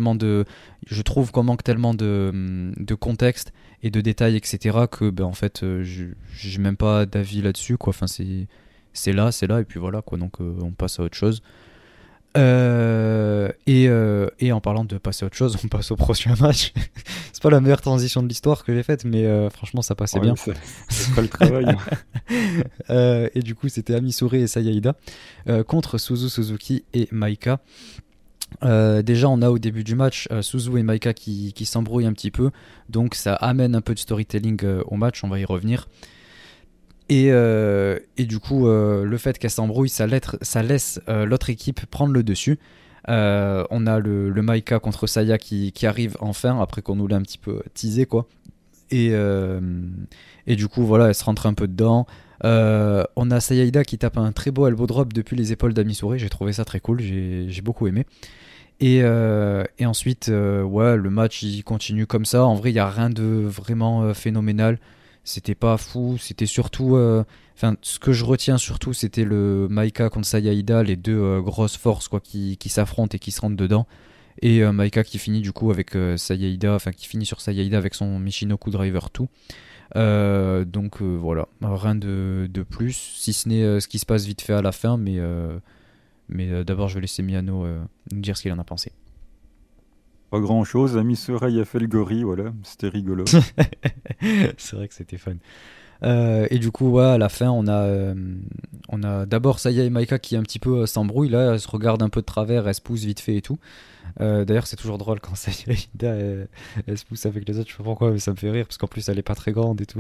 je trouve qu'on manque tellement de contexte et de détails, etc. que ben en fait j'ai même pas d'avis là-dessus quoi. Enfin c'est là, et puis voilà quoi, donc on passe à autre chose. Et en parlant de passer à autre chose, on passe au prochain match. C'est pas la meilleure transition de l'histoire que j'ai faite, mais franchement, ça passait bien. C'est pas le travail. Et du coup, c'était Amisure et Sayaida contre Suzu Suzuki et Maika. Déjà, on a au début du match Suzu et Maika qui s'embrouillent un petit peu, donc ça amène un peu de storytelling au match, on va y revenir. Et du coup, le fait qu'elle s'embrouille, ça laisse l'autre équipe prendre le dessus. On a le Maika contre Saya qui arrive enfin, après qu'on nous l'a un petit peu teasé, quoi. Et du coup, voilà, elle se rentre un peu dedans. On a Sayaida qui tape un très beau elbow drop depuis les épaules d'Amisure. J'ai trouvé ça très cool, j'ai beaucoup aimé. Et ensuite, ouais, le match il continue comme ça. En vrai, il n'y a rien de vraiment phénoménal. C'était pas fou. C'était surtout. Ce que je retiens surtout, c'était le Maika contre Sayaida, les deux grosses forces quoi, qui s'affrontent et qui se rentrent dedans. Et Maika qui finit du coup avec Sayaida, enfin qui finit sur Sayaida avec son Michinoku Driver 2. Donc voilà, rien de plus, si ce n'est ce qui se passe vite fait à la fin, mais d'abord je vais laisser Miano nous dire ce qu'il en a pensé. Pas grand chose, Amisure a fait le gorille, voilà, c'était rigolo. C'est vrai que c'était fun. Et du coup, ouais, à la fin, on a d'abord Saya et Maika qui un petit peu s'embrouillent. Là, elles se regardent un peu de travers, elles se poussent vite fait et tout. D'ailleurs, c'est toujours drôle quand Saya et Ida elle se pousse avec les autres. Je sais pas pourquoi, mais ça me fait rire parce qu'en plus, elle est pas très grande et tout.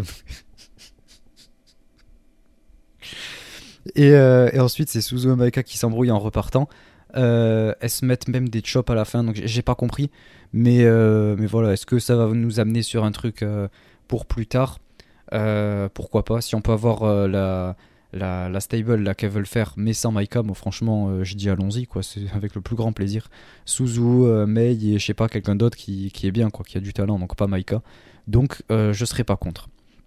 Et ensuite, c'est Suzu et Maika qui s'embrouillent en repartant. Elles se mettent même des chops à la fin, donc j'ai pas compris. Mais voilà, est-ce que ça va nous amener sur un truc pour plus tard? Pourquoi pas, si on peut avoir la stable là qu'elles veulent faire mais sans Maika, moi franchement je dis allons-y quoi, c'est avec le plus grand plaisir. Suzu, Mei et je sais pas quelqu'un d'autre qui est bien quoi, qui a du talent, donc pas Maika, donc je serais pas contre.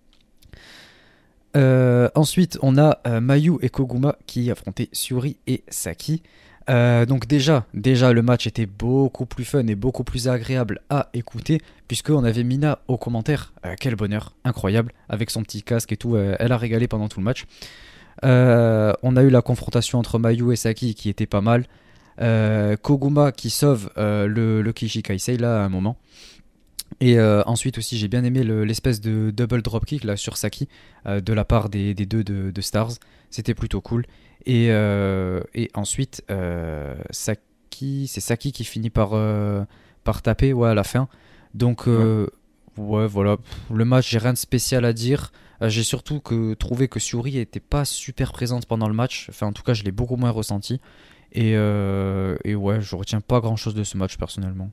Ensuite on a Mayu et Koguma qui affrontaient Syuri et Saki. Donc déjà le match était beaucoup plus fun et beaucoup plus agréable à écouter puisqu'on avait Mina au commentaire. Quel bonheur, incroyable, avec son petit casque et tout, elle a régalé pendant tout le match. On a eu la confrontation entre Mayu et Saki qui était pas mal. Koguma qui sauve le Kishi Kaisei là à un moment. Et ensuite aussi j'ai bien aimé l'espèce de double dropkick là sur Saki de la part des deux de Stars, c'était plutôt cool. Et ensuite c'est Saki qui finit par taper ouais, à la fin. Donc ouais voilà, le match j'ai rien de spécial à dire. J'ai surtout trouvé que Syuri était pas super présente pendant le match, enfin en tout cas je l'ai beaucoup moins ressenti. Et ouais, je retiens pas grand chose de ce match personnellement.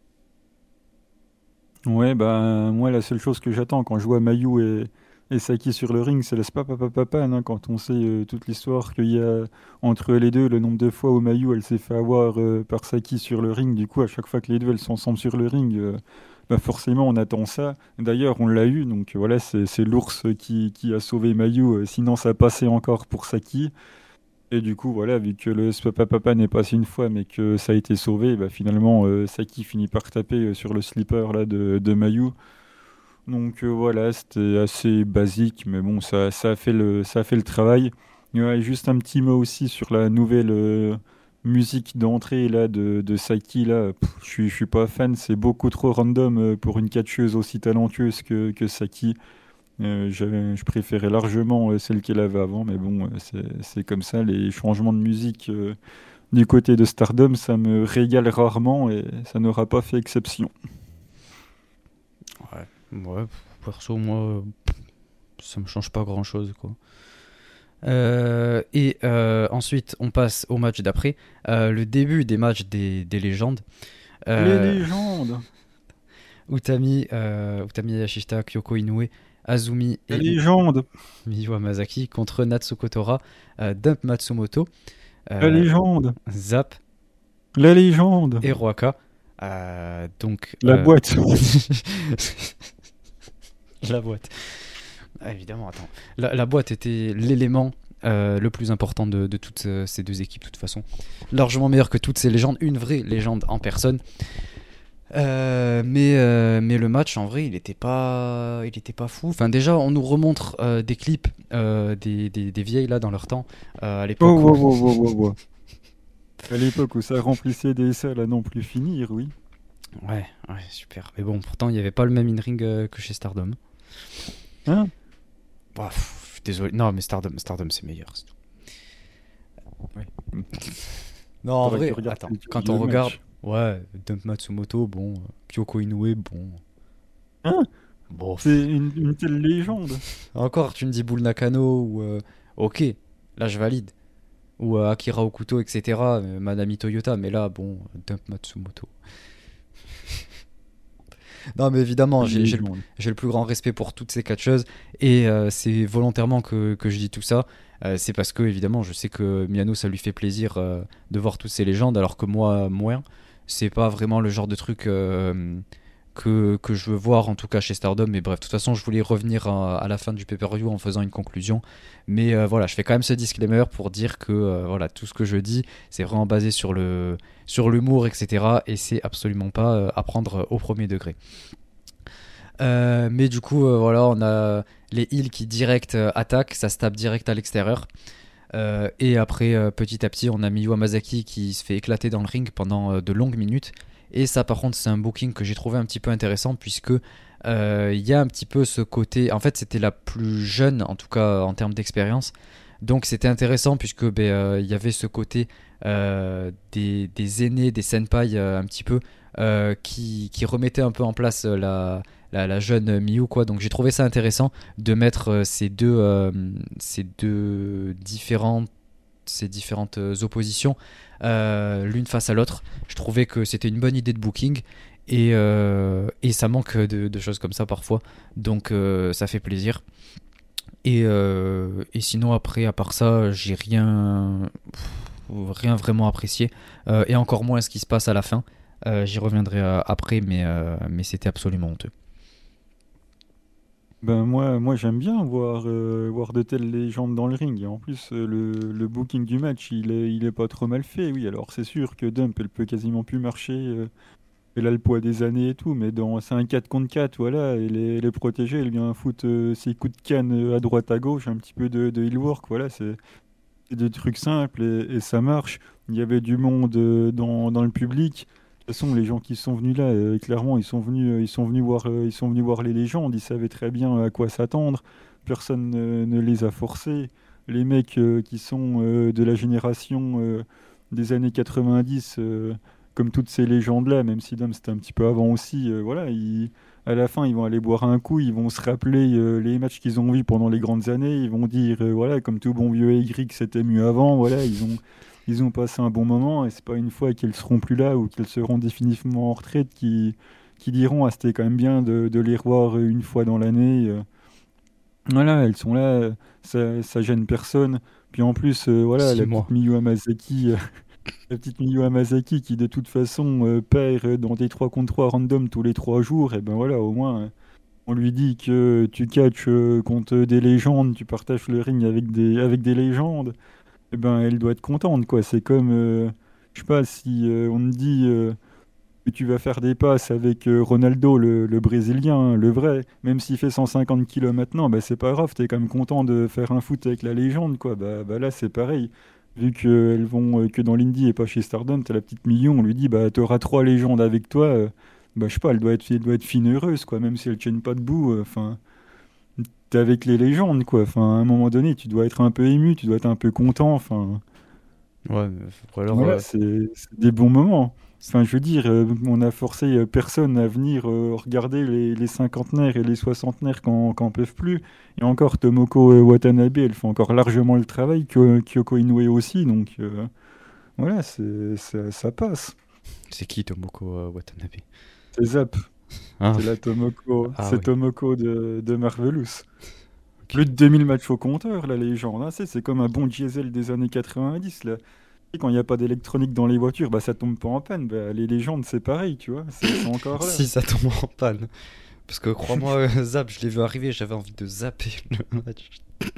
Ouais, bah moi la seule chose que j'attends quand je vois Mayu et Saki sur le ring, c'est le papa hein, quand on sait toute l'histoire qu'il y a entre les deux, le nombre de fois où Mayu elle s'est fait avoir par Saki sur le ring, du coup à chaque fois que les deux elles sont ensemble sur le ring, bah forcément on attend ça. D'ailleurs on l'a eu, donc voilà c'est l'ours qui a sauvé Mayu, sinon ça passait encore pour Saki. Et du coup, voilà, vu que le papa n'est passé une fois, mais que ça a été sauvé, bah, finalement, Saki finit par taper sur le slipper là, de Mayu. Donc voilà, c'était assez basique, mais bon, ça a fait le travail. Et ouais, juste un petit mot aussi sur la nouvelle musique d'entrée là, de Saki. Là. Je suis pas fan, c'est beaucoup trop random pour une catcheuse aussi talentueuse que Saki. Je préférais largement celle qu'elle avait avant, mais bon, c'est comme ça. Les changements de musique du côté de Stardom, ça me régale rarement et ça n'aura pas fait exception. Ouais, perso, moi, ça me change pas grand chose, quoi. Et ensuite, on passe au match d'après, le début des matchs des légendes. Les légendes. Utami Yashishita, Kyoko Inoue, Azumi Les et légendes. Miyu Hamasaki contre Natsuko Tora, Dump Matsumoto, La légende. Zap La légende. et Roaka. Donc La boîte. la boîte. Ah, évidemment, attends. La boîte était l'élément le plus important de toutes ces deux équipes, de toute façon. Largement meilleur que toutes ces légendes. Une vraie légende en personne. Mais le match, en vrai, il était pas fou. Enfin, déjà, on nous remontre des clips des vieilles là dans leur temps. À l'époque. À l'époque où ça remplissait des salles à non plus finir, oui. Ouais, ouais, super. Mais bon, pourtant, il n'y avait pas le même in-ring que chez Stardom. Hein? Bah, je suis désolé. Non, mais Stardom c'est meilleur. C'est tout. Ouais. Non, en Faudrait que tu vrai, regardes attends, quelques quand on vieux regarde, matchs. ouais, Dump Matsumoto, bon, Kyoko Inoue, bon, Hein? bon, C'est une telle légende. encore, tu me dis Bull Nakano ou, ok, là je valide, ou Akira Okuto, etc., Manami Toyota, mais là, bon, Dump Matsumoto. Non, mais évidemment, Une légende. j'ai le plus grand respect pour toutes ces catcheuses, et c'est volontairement que je dis tout ça. C'est parce que, évidemment, je sais que Miano, ça lui fait plaisir de voir toutes ces légendes, alors que moi, moins. C'est pas vraiment le genre de truc que je veux voir, en tout cas chez Stardom. Mais bref, de toute façon, je voulais revenir à la fin du pay-per-view en faisant une conclusion. Mais voilà, je fais quand même ce disclaimer pour dire que voilà, tout ce que je dis, c'est vraiment basé sur l'humour, etc. Et c'est absolument pas à prendre au premier degré. Mais du coup, voilà, on a les heals qui direct attaquent, ça se tape direct à l'extérieur. Et après, petit à petit, on a Miyu Hamasaki qui se fait éclater dans le ring pendant de longues minutes. Et ça, par contre, c'est un booking que j'ai trouvé un petit peu intéressant puisque il y a un petit peu ce côté. En fait, c'était la plus jeune, en tout cas en termes d'expérience. Donc, c'était intéressant puisque il y avait ce côté des aînés, des senpai un petit peu qui remettaient un peu en place la jeune Miyu, quoi. Donc, j'ai trouvé ça intéressant de mettre ces deux ces différentes oppositions l'une face à l'autre. Je trouvais que c'était une bonne idée de booking et ça manque de choses comme ça parfois. Donc ça fait plaisir. Et sinon après, à part ça, j'ai rien vraiment apprécié. Et encore moins ce qui se passe à la fin. J'y reviendrai après, mais c'était absolument honteux. Ben moi j'aime bien voir de telles légendes dans le ring. Et en plus, le booking du match, il est pas trop mal fait. Oui, alors c'est sûr que Dump, elle peut quasiment plus marcher. Elle a le poids des années et tout, mais c'est un 4 contre 4, voilà. Elle est protégée, elle vient foutre ses coups de canne à droite à gauche, un petit peu de heel work, voilà. C'est des trucs simples et ça marche. Il y avait du monde dans le public. De toute façon, les gens qui sont venus là, clairement, ils sont venus voir les légendes. Ils savaient très bien à quoi s'attendre. Personne ne les a forcés. Les mecs qui sont de la génération des années 90, comme toutes ces légendes-là, même si Dom c'était un petit peu avant aussi, voilà, à la fin, ils vont aller boire un coup, ils vont se rappeler les matchs qu'ils ont vus pendant les grandes années. Ils vont dire, voilà, comme tout bon vieux Y, c'était mieux avant. Voilà, ils ont passé un bon moment et c'est pas une fois qu'elles seront plus là ou qu'elles seront définitivement en retraite qui diront, ah, c'était quand même bien de les revoir une fois dans l'année. Voilà, elles sont là, ça gêne personne. Puis en plus, voilà, Si moi. la petite Miyu Hamasaki qui de toute façon perd dans des 3 contre 3 random tous les 3 jours, et ben voilà, au moins on lui dit que tu catches contre des légendes, tu partages le ring avec des légendes, et ben elle doit être contente quoi. C'est comme, je sais pas, si on te dit que tu vas faire des passes avec Ronaldo, le Brésilien, le vrai, même s'il fait 150 kilos maintenant, bah c'est pas grave, t'es quand même content de faire un foot avec la légende quoi. Bah là c'est pareil. Vu qu'elles vont que dans l'Indie et pas chez Stardom, t'as la petite Million, on lui dit bah t'auras 3 légendes avec toi, bah je sais pas, elle doit être fine heureuse quoi, même si elle tienne pas debout, enfin t'es avec les légendes quoi, enfin à un moment donné tu dois être un peu ému, tu dois être un peu content, enfin Ouais, ou alors, voilà, c'est des bons moments. Enfin, je veux dire, on a forcé personne à venir regarder les cinquantenaires et les soixantenaires quand peuvent plus. Et encore, Tomoko Watanabe, elle fait encore largement le travail, Kyoko Inoue aussi, donc voilà, ça passe. c'est qui Tomoko Watanabe? C'est Zap, Ah, c'est la Tomoko, ah c'est oui, Tomoko de Marvelous. ok. Plus de 2000 matchs au compteur, la légende, hein, c'est comme un bon diesel des années 90, là. Et quand il n'y a pas d'électronique dans les voitures, bah ça tombe pas en panne. Bah, les légendes, c'est pareil, tu vois, c'est encore là. Si ça tombe en panne. Parce que crois-moi, Zap, je l'ai vu arriver, j'avais envie de zapper le match.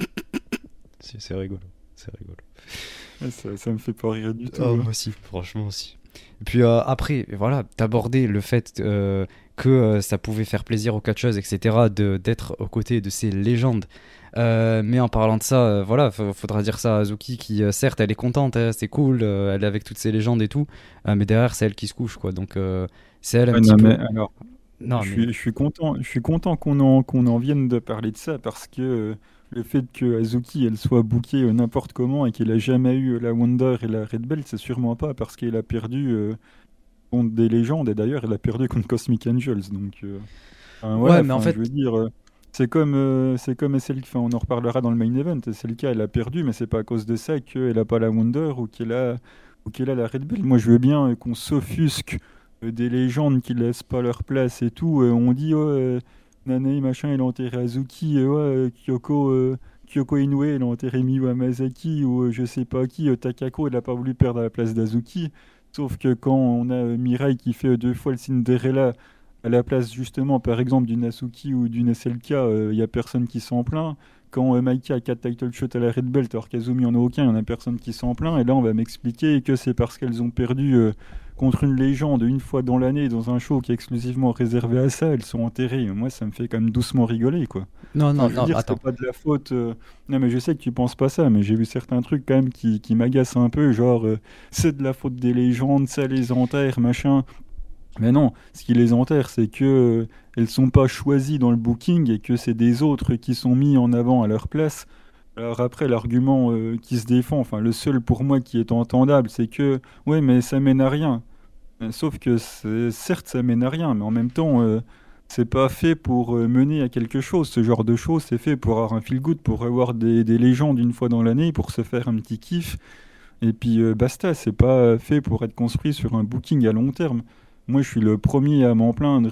C'est rigolo, c'est rigolo. Ouais, ça me fait pas rire du tout, Oh, hein. moi aussi, franchement aussi. Et puis après, voilà, t'abordais le fait que ça pouvait faire plaisir aux catcheuses, etc., d'être aux côtés de ces légendes. Mais en parlant de ça, voilà, faudra dire ça à Azuki qui, certes, elle est contente, hein, c'est cool, elle est avec toutes ces légendes et tout, mais derrière, c'est elle qui se couche, quoi. Donc, C'est elle un Ouais, petit non, peu. mais alors, Non, mais je suis content qu'on en vienne de parler de ça parce que le fait que Azuki elle soit bookée n'importe comment et qu'elle a jamais eu la Wonder et la Red Belt, c'est sûrement pas parce qu'elle a perdu contre des légendes et d'ailleurs elle a perdu contre Cosmic Angels. Donc enfin, voilà, ouais, mais en enfin je fait, veux dire, c'est comme SLK, enfin on en reparlera dans le main event. SLK elle a perdu, mais c'est pas à cause de ça qu'elle a pas la Wonder ou qu'elle a la Red Belt. Moi je veux bien qu'on s'offusque des légendes qui laissent pas leur place et tout. On dit, ouais, Nanae, machin, il a enterré Azuki, ouais, Kyoko Inoue, il a enterré Miyu Hamasaki, ou je sais pas qui, Takako, il a pas voulu perdre la place d'Azuki. Sauf que quand on a Mirai qui fait 2 fois le Cinderella à la place, justement, par exemple, d'une Asuki ou d'une SLK, il y a personne qui s'en plaint. Quand Maika a 4 title shots à la Red Belt, alors qu'Azumi en a aucun, il y en a personne qui s'en plaint. Et là, on va m'expliquer que c'est parce qu'elles ont perdu contre une légende une fois dans l'année dans un show qui est exclusivement réservé à ça, elles sont enterrées. Moi, ça me fait quand même doucement rigoler, quoi. non, Enfin, non, je veux non, dire, c'est attends. pas de la faute. Non, mais je sais que tu penses pas ça, mais j'ai vu certains trucs quand même qui m'agacent un peu, genre c'est de la faute des légendes, ça les enterre, machin. Mais non, ce qui les enterre, c'est que elles sont pas choisies dans le booking et que c'est des autres qui sont mis en avant à leur place. Alors après, l'argument qui se défend, enfin le seul pour moi qui est entendable, c'est que ouais, mais ça mène à rien. Sauf que certes, ça mène à rien, mais en même temps, c'est pas fait pour mener à quelque chose. Ce genre de choses, c'est fait pour avoir un feel-good, pour avoir des légendes une fois dans l'année, pour se faire un petit kiff. Et puis basta, c'est pas fait pour être construit sur un booking à long terme. Moi, je suis le premier à m'en plaindre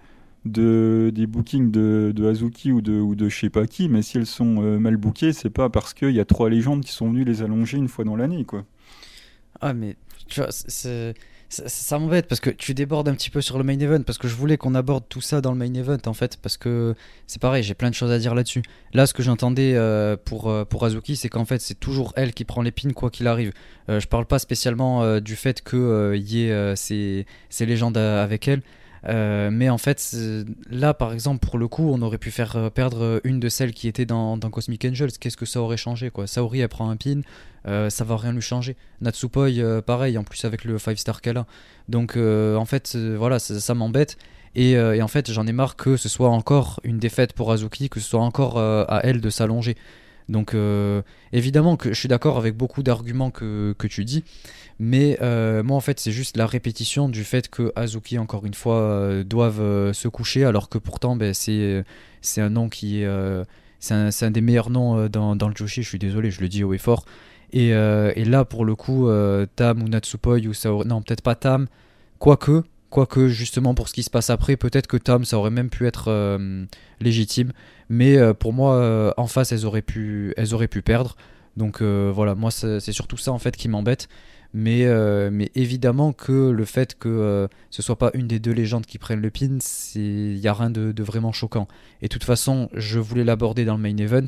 des bookings de Azuki ou de je sais pas qui, mais si elles sont mal bookées, c'est pas parce qu'il y a 3 légendes qui sont venues les allonger une fois dans l'année, quoi. Ah, mais tu vois, ça m'embête parce que tu débordes un petit peu sur le main event parce que je voulais qu'on aborde tout ça dans le main event en fait parce que c'est pareil, j'ai plein de choses à dire là-dessus. Là, ce que j'entendais pour Azuki, c'est qu'en fait, c'est toujours elle qui prend les pins quoi qu'il arrive. Je parle pas spécialement du fait que y ait ces légendes avec elle. Mais en fait, là par exemple, pour le coup, on aurait pu faire perdre une de celles qui était dans Cosmic Angels. Qu'est-ce que ça aurait changé quoi? Saori elle prend un pin, ça va rien lui changer. Natsupoi, pareil, en plus avec le 5 star qu'elle a. Donc en fait, voilà, ça m'embête. Et en fait, j'en ai marre que ce soit encore une défaite pour Azuki, que ce soit encore à elle de s'allonger. Donc évidemment que je suis d'accord avec beaucoup d'arguments que tu dis, mais moi en fait c'est juste la répétition du fait que Azuki encore une fois doivent se coucher alors que pourtant ben, c'est un nom qui est c'est un des meilleurs noms dans le Joshi, je suis désolé, je le dis haut et fort. Et là pour le coup Tam ou Natsupoi ou Saori, non peut-être pas Tam, quoique quoique justement pour ce qui se passe après peut-être que Tam ça aurait même pu être légitime, mais pour moi en face elles auraient pu perdre. Donc voilà, moi c'est surtout ça en fait qui m'embête. Mais évidemment que le fait que ce soit pas une des deux légendes qui prennent le pin, il y a rien de vraiment choquant. Et de toute façon, je voulais l'aborder dans le main event.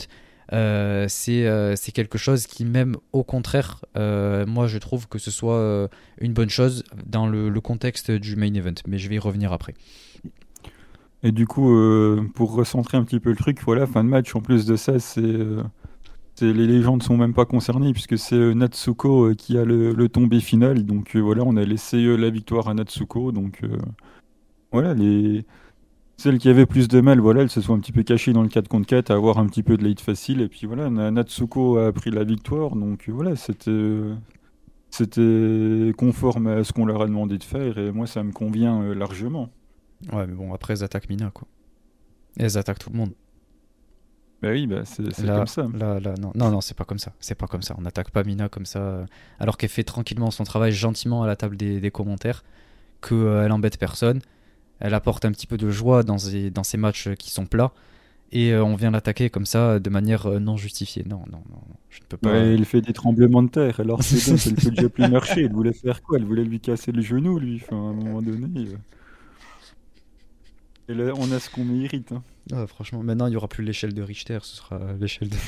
C'est quelque chose qui même au contraire, moi je trouve que ce soit une bonne chose dans le contexte du main event. Mais je vais y revenir après. Et du coup, pour recentrer un petit peu le truc, voilà, fin de match, en plus de ça, les légendes sont même pas concernées puisque c'est Natsuko qui a le tombé final. Donc voilà, on a laissé la victoire à Natsuko. Donc voilà, celles qui avaient plus de mal, voilà, elles se sont un petit peu cachées dans le 4 contre 4 à avoir un petit peu de late facile. Et puis voilà, Natsuko a pris la victoire. Donc voilà, c'était conforme à ce qu'on leur a demandé de faire. Et moi, ça me convient largement. Ouais, mais bon, après elles attaquent Mina quoi. Et elles attaquent tout le monde. Bah oui, bah c'est comme Là, ça. là, non, non, non, c'est pas comme ça. C'est pas comme ça. On n'attaque pas Mina comme ça, alors qu'elle fait tranquillement son travail gentiment à la table des commentaires, que elle embête personne. Elle apporte un petit peu de joie dans ces matchs qui sont plats. Et on vient l'attaquer comme ça de manière non justifiée. Non, non, non, non, je ne peux Ouais, pas. il fait des tremblements de terre, alors que Dump, elle peut déjà plus marcher. Elle voulait faire quoi? Elle voulait lui casser le genou, lui. Enfin, à un moment donné. Et là, on a ce qu'on mérite. Hein. Ah, franchement, maintenant il n'y aura plus l'échelle de Richter, ce sera l'échelle de.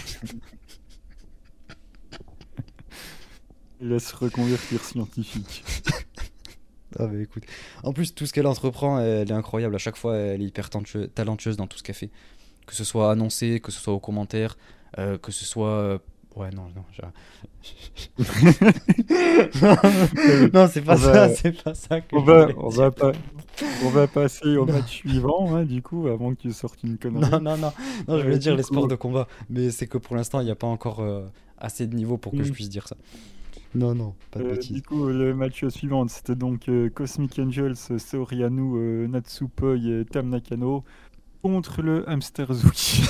Il va se reconvertir scientifique. Ah, mais écoute. En plus, tout ce qu'elle entreprend, elle est incroyable. À chaque fois, elle est hyper talentueuse dans tout ce qu'elle fait. Que ce soit annoncé, que ce soit aux commentaires, que ce soit Ouais, non, non, c'est pas ça, c'est pas ça que On je va, voulais on dire. va pas, on va passer au Non, match suivant, hein, du coup, avant que tu sortes une connerie. non, je voulais dire Du les sports coup, de combat, mais c'est que pour l'instant, il n'y a pas encore assez de niveau pour que je hmm, puisse dire ça. Non, pas de bêtises. le match suivant, c'était donc Cosmic Angels, Saorianu, Natsupoi et Tam Nakano contre le Hamster Zuki.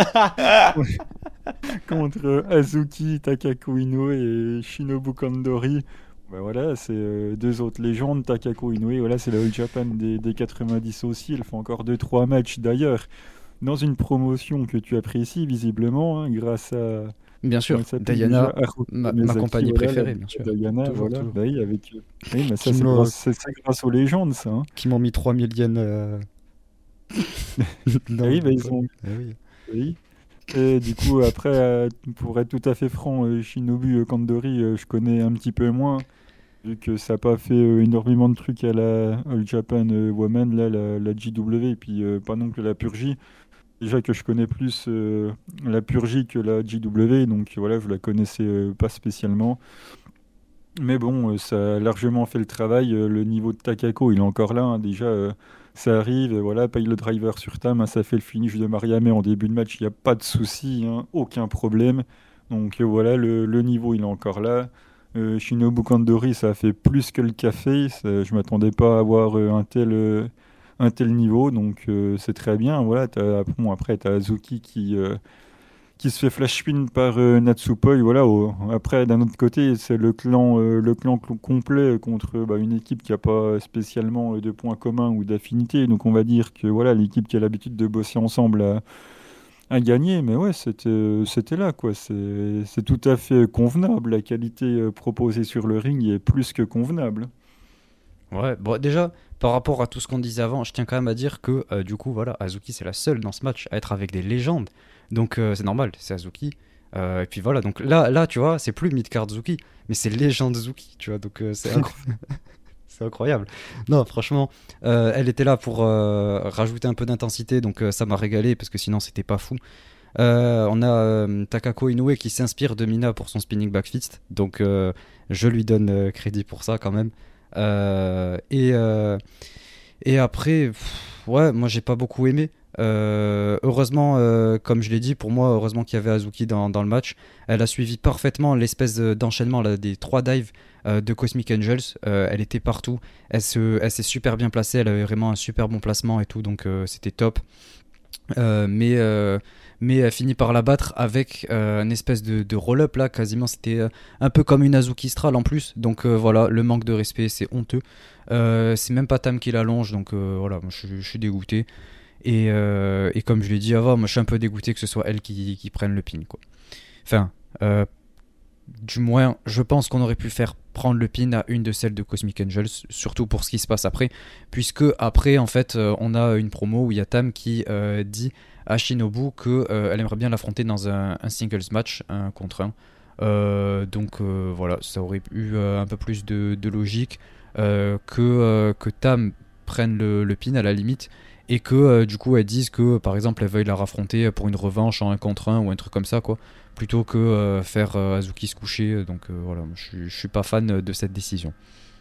Contre Azuki, Takako Inoue et Shinobu Kandori. Ben voilà, c'est deux autres légendes. Takako Inoue, voilà, c'est la All Japan des 90 aussi. Elle fait encore deux trois matchs d'ailleurs dans une promotion que tu apprécies visiblement, hein, grâce à. Bien Comment sûr, elle s'appelle déjà? Diana, Haruka ma Mezaki, compagnie voilà, la préférée, belle bien sûr. Diana, Toujours, voilà. toujours. Bah oui, avec. Oui, mais ça, Qui me, c'est grâce aux légendes, ça. Hein. qui m'ont mis 3000 yens Ah dans le oui, bah, ils bouton. ont. Eh oui. Oui. Et du coup, après, pour être tout à fait franc, Shinobu Kandori, je connais un petit peu moins, vu que ça n'a pas fait énormément de trucs à la All Japan Women, là, la JW, et puis pas non plus la Purgie. Déjà que je connais plus la Purgie que la JW, donc voilà, je la connaissais pas spécialement. Mais bon, ça a largement fait le travail. Le niveau de Takako, il est encore là, hein. Déjà, ça arrive, voilà, paye le driver sur Tam, hein, ça fait le finish de Mariame en début de match, il n'y a pas de souci, hein, aucun problème. Donc voilà, le niveau, il est encore là. Shinobu Kandori, ça a fait plus que le café. Je m'attendais pas à avoir un tel niveau, donc c'est très bien. Voilà, bon, après, tu as Azuki qui se fait flash pin par Natsupoi. Voilà, après, d'un autre côté, c'est le clan complet contre bah, une équipe qui n'a pas spécialement de points communs ou d'affinités. Donc on va dire que voilà, l'équipe qui a l'habitude de bosser ensemble a gagné. Mais ouais, c'était là, quoi. C'est tout à fait convenable. La qualité proposée sur le ring est plus que convenable. Ouais, bon, déjà, par rapport à tout ce qu'on disait avant, je tiens quand même à dire que du coup, voilà, Azuki, c'est la seule dans ce match à être avec des légendes. Donc c'est normal, c'est Azuki. Et puis voilà, donc là, tu vois, c'est plus Midcard Zuki, mais c'est Légende Zuki, tu vois, donc c'est incroyable. Non, franchement, elle était là pour rajouter un peu d'intensité, donc ça m'a régalé parce que sinon c'était pas fou. On a Takako Inoue qui s'inspire de Mina pour son spinning back fist, donc je lui donne crédit pour ça quand même. Euh, et, euh, et après, ouais, moi j'ai pas beaucoup aimé. Heureusement, comme je l'ai dit, pour moi, heureusement qu'il y avait Azuki dans le match. Elle a suivi parfaitement l'espèce d'enchaînement là, des trois dives de Cosmic Angels. Elle était partout. Elle s'est super bien placée. Elle avait vraiment un super bon placement et tout, donc c'était top. Euh, mais, euh, mais elle finit par la battre avec une espèce de roll-up là, quasiment c'était un peu comme une Azuki Stral en plus. Donc voilà, le manque de respect, c'est honteux. C'est même pas Tam qui l'allonge, donc voilà, moi je suis dégoûté. Et comme je l'ai dit avant, moi je suis un peu dégoûté que ce soit elle qui prenne le pin, quoi. Enfin, du moins, je pense qu'on aurait pu faire prendre le pin à une de celles de Cosmic Angels, surtout pour ce qui se passe après, puisque après, en fait, on a une promo où il y a Tam qui dit à Shinobu que elle aimerait bien l'affronter dans un singles match, un contre un. Donc voilà, ça aurait eu un peu plus de logique que Tam prenne le pin à la limite et que du coup elles disent que par exemple elles veuillent la raffronter pour une revanche en un contre un ou un truc comme ça, quoi, plutôt que faire Azuki se coucher. Donc voilà, moi, je suis pas fan de cette décision.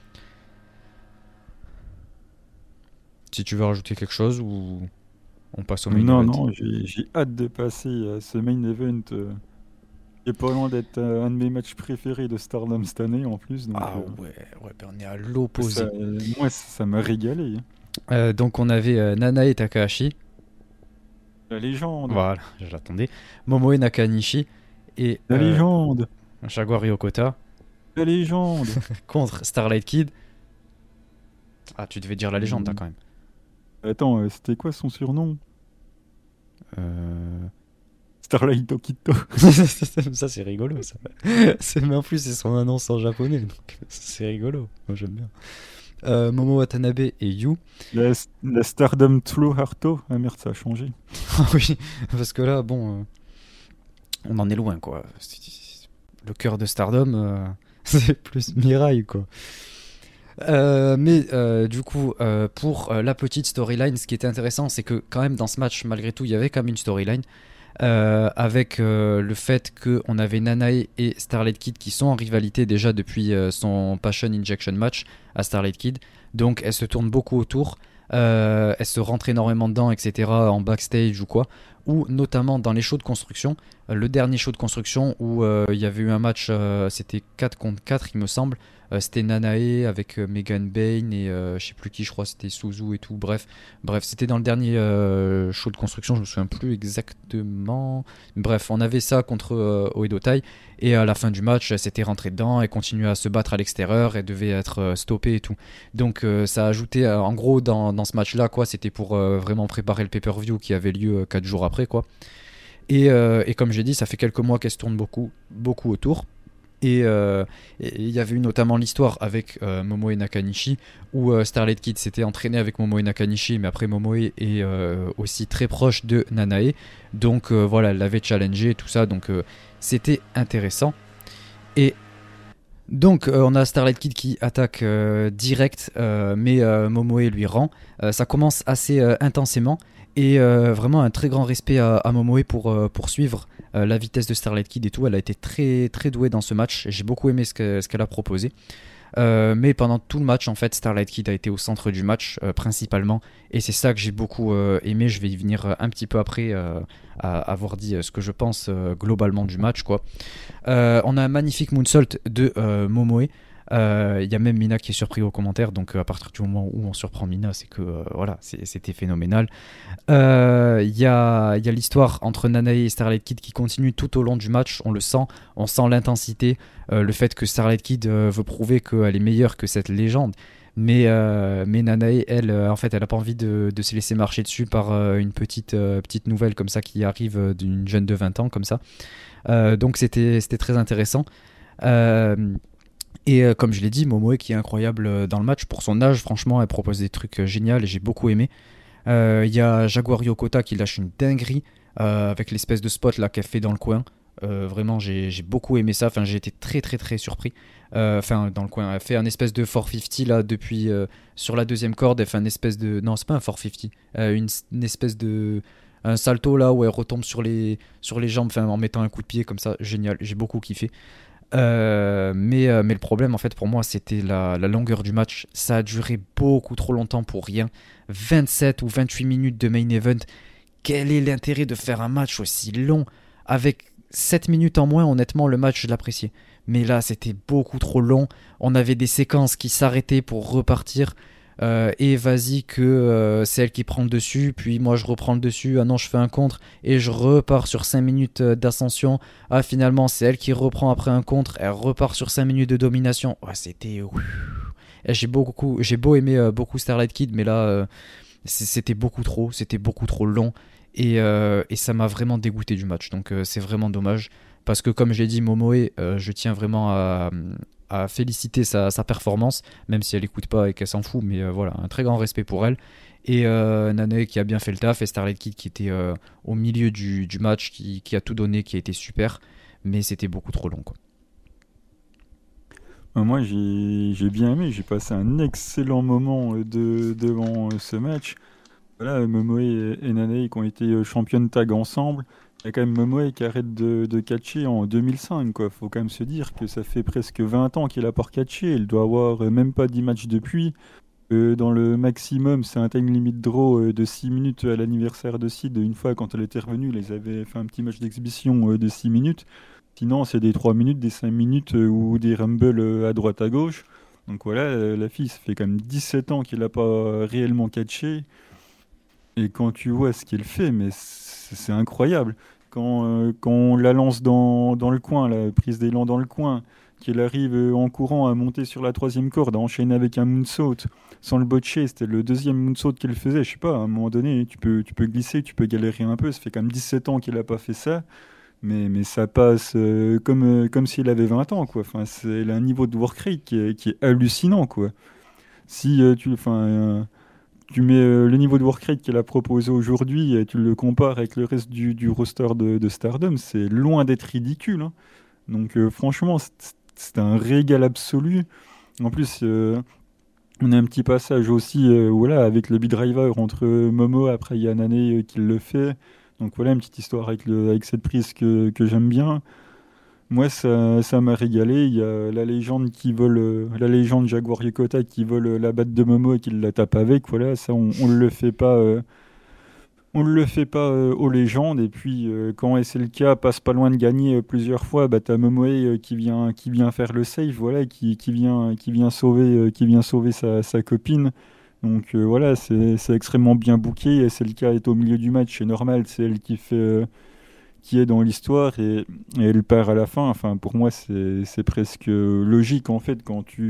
Si tu veux rajouter quelque chose ou on passe au main Non, event. non, j'ai hâte de passer à ce main event. Qui est pas loin d'être un de mes matchs préférés de Stardom cette année en plus. Donc, Ah ouais, ben on est à ça, l'opposé. moi, ça m'a régalé. Hein. Donc on avait Nanae Takahashi, La légende. voilà, je l'attendais, Momoe Nakanishi et La légende. Jaguar Yokota La légende. contre Starlight Kid. Ah, tu devais dire la légende, hein, Hmm. quand même. Attends, c'était quoi son surnom? Euh... Starlight Okito. ça c'est rigolo ça. Mais en plus c'est son annonce en japonais, donc c'est rigolo. Moi j'aime bien. Momo Watanabe et Yu. La Stardom True Harto. Ah merde, ça a changé. Ah oui, parce que là bon, on en est loin, quoi. Le cœur de Stardom, c'est plus Mirai, quoi. Mais du coup, pour la petite storyline, ce qui était intéressant, c'est que quand même dans ce match, malgré tout, il y avait quand même une storyline. avec le fait qu'on avait Nanae et Starlight Kid qui sont en rivalité déjà depuis son Passion Injection match à Starlight Kid. Donc elles se tournent beaucoup autour, elles se rentrent énormément dedans, etc. en backstage ou quoi. Ou notamment dans les shows de construction, le dernier show de construction où il y avait eu un match, c'était 4 contre 4 il me semble. C'était Nanae avec Megan Bain et je sais plus qui, je crois c'était Suzu et tout. Bref, c'était dans le dernier show de construction, je me souviens plus exactement. Bref, on avait ça contre Oedo Tai et à la fin du match, c'était rentré dedans et continuait à se battre à l'extérieur et devait être stoppé et tout. Donc ça a ajouté, en gros, dans ce match-là, quoi, c'était pour vraiment préparer le pay-per-view qui avait lieu 4 jours après, quoi. Et comme j'ai dit, ça fait quelques mois qu'elle se tourne beaucoup autour. Et il y avait eu notamment l'histoire avec Momoe Nakanishi où Starlight Kid s'était entraîné avec Momoe Nakanishi, mais après Momoe est aussi très proche de Nanae, donc voilà, elle l'avait challengé et tout ça, donc c'était intéressant. Et donc on a Starlight Kid qui attaque direct, mais Momoe lui rend. Ça commence assez intensément et vraiment un très grand respect à Momoe pour poursuivre la vitesse de Starlight Kid et tout. Elle a été très très douée dans ce match. J'ai beaucoup aimé ce qu'elle a proposé. Mais pendant tout le match, en fait, Starlight Kid a été au centre du match principalement, et c'est ça que j'ai beaucoup aimé. Je vais y venir un petit peu après à avoir dit ce que je pense globalement du match, quoi. On a un magnifique moonsault de Momoe. Il y a même Mina qui est surpris aux commentaires, donc à partir du moment où on surprend Mina, c'est que voilà, c'était phénoménal. Il y a l'histoire entre Nanae et Starlight Kid qui continue tout au long du match, on le sent, on sent l'intensité, le fait que Starlight Kid veut prouver qu'elle est meilleure que cette légende. Mais Nanae, elle, en fait, elle a pas envie de se laisser marcher dessus par une petite nouvelle comme ça qui arrive d'une jeune de 20 ans comme ça. Donc c'était très intéressant. Et comme je l'ai dit, Momoe qui est incroyable dans le match. Pour son âge, franchement, elle propose des trucs géniaux et j'ai beaucoup aimé. Il y a Jaguar Yokota qui lâche une dinguerie avec l'espèce de spot là qu'elle fait dans le coin. Vraiment, j'ai beaucoup aimé ça. Enfin, j'ai été très très très surpris. Enfin, dans le coin, elle fait un espèce de 450 là depuis sur la deuxième corde. Elle fait un espèce de, non, c'est pas un 450, une espèce de un salto là où elle retombe sur les jambes, enfin, en mettant un coup de pied comme ça. Génial, j'ai beaucoup kiffé. Mais le problème en fait pour moi c'était la longueur du match. Ça a duré beaucoup trop longtemps pour rien. 27 ou 28 minutes de main event. Quel est l'intérêt de faire un match aussi long? Avec 7 minutes en moins, honnêtement le match je l'appréciais. Mais là c'était beaucoup trop long. On avait des séquences qui s'arrêtaient pour repartir. Et vas-y que c'est elle qui prend le dessus, puis moi je reprends le dessus, ah non je fais un contre et je repars sur 5 minutes d'ascension, ah finalement c'est elle qui reprend après un contre, elle repart sur 5 minutes de domination. Ouais, c'était et j'ai beau aimer beaucoup Starlight Kid, mais là c'était beaucoup trop long et ça m'a vraiment dégoûté du match, donc c'est vraiment dommage parce que comme je l'ai dit, Momoe, je tiens vraiment à féliciter sa performance, même si elle écoute pas et qu'elle s'en fout, mais voilà, un très grand respect pour elle. Et Nanae qui a bien fait le taf, et Starlight Kid qui était au milieu du match, qui a tout donné, qui a été super, mais c'était beaucoup trop long, quoi. Moi, j'ai bien aimé, j'ai passé un excellent moment devant ce match. Voilà, Momoe et Nanae qui ont été championnes tag ensemble. Il y a quand même Momoe qui arrête de catcher en 2005, quoi. Faut quand même se dire que ça fait presque 20 ans qu'il a pas catché. Il doit avoir même pas 10 matchs depuis. Dans le maximum, c'est un time limit draw de 6 minutes à l'anniversaire de Sid. Une fois, quand elle était revenue, ils avaient fait un petit match d'exhibition de 6 minutes. Sinon, c'est des 3 minutes, des 5 minutes ou des rumbles à droite à gauche. Donc voilà, la fille, ça fait quand même 17 ans qu'il n'a pas réellement catché. Et quand tu vois ce qu'il fait, mais c'est incroyable. Quand on la lance dans le coin, la prise d'élan dans le coin, qu'elle arrive en courant à monter sur la troisième corde, à enchaîner avec un moonsault, sans le botcher, c'était le deuxième moonsault qu'elle faisait. Je sais pas, à un moment donné, tu peux glisser, tu peux galérer un peu. Ça fait quand même 17 ans qu'elle n'a pas fait ça. Mais ça passe comme s'il avait 20 ans, quoi. Enfin, elle a un niveau de work rate qui est hallucinant, quoi. Si tu mets le niveau de work rate qu'elle a proposé aujourd'hui et tu le compares avec le reste du roster de Stardom, c'est loin d'être ridicule, hein. Donc franchement, c'est un régal absolu. En plus, on a un petit passage aussi voilà, avec le B-Driver entre Momo, après il y a Nanae qui le fait. Donc voilà une petite histoire avec cette prise que j'aime bien. Moi, ça m'a régalé. Il y a la légende la légende Jaguar Yokota qui vole la batte de Momo et qui la tape avec. Voilà, ça, on ne le fait pas. On ne le fait pas aux légendes. Et puis, quand SLK passe pas loin de gagner plusieurs fois, bah, t'as Momoe qui vient faire le save, voilà, qui vient sauver sa copine. Donc voilà, c'est extrêmement bien booké. SLK est au milieu du match, c'est normal, c'est elle qui est dans l'histoire et elle perd à la fin. Enfin, pour moi, c'est presque logique en fait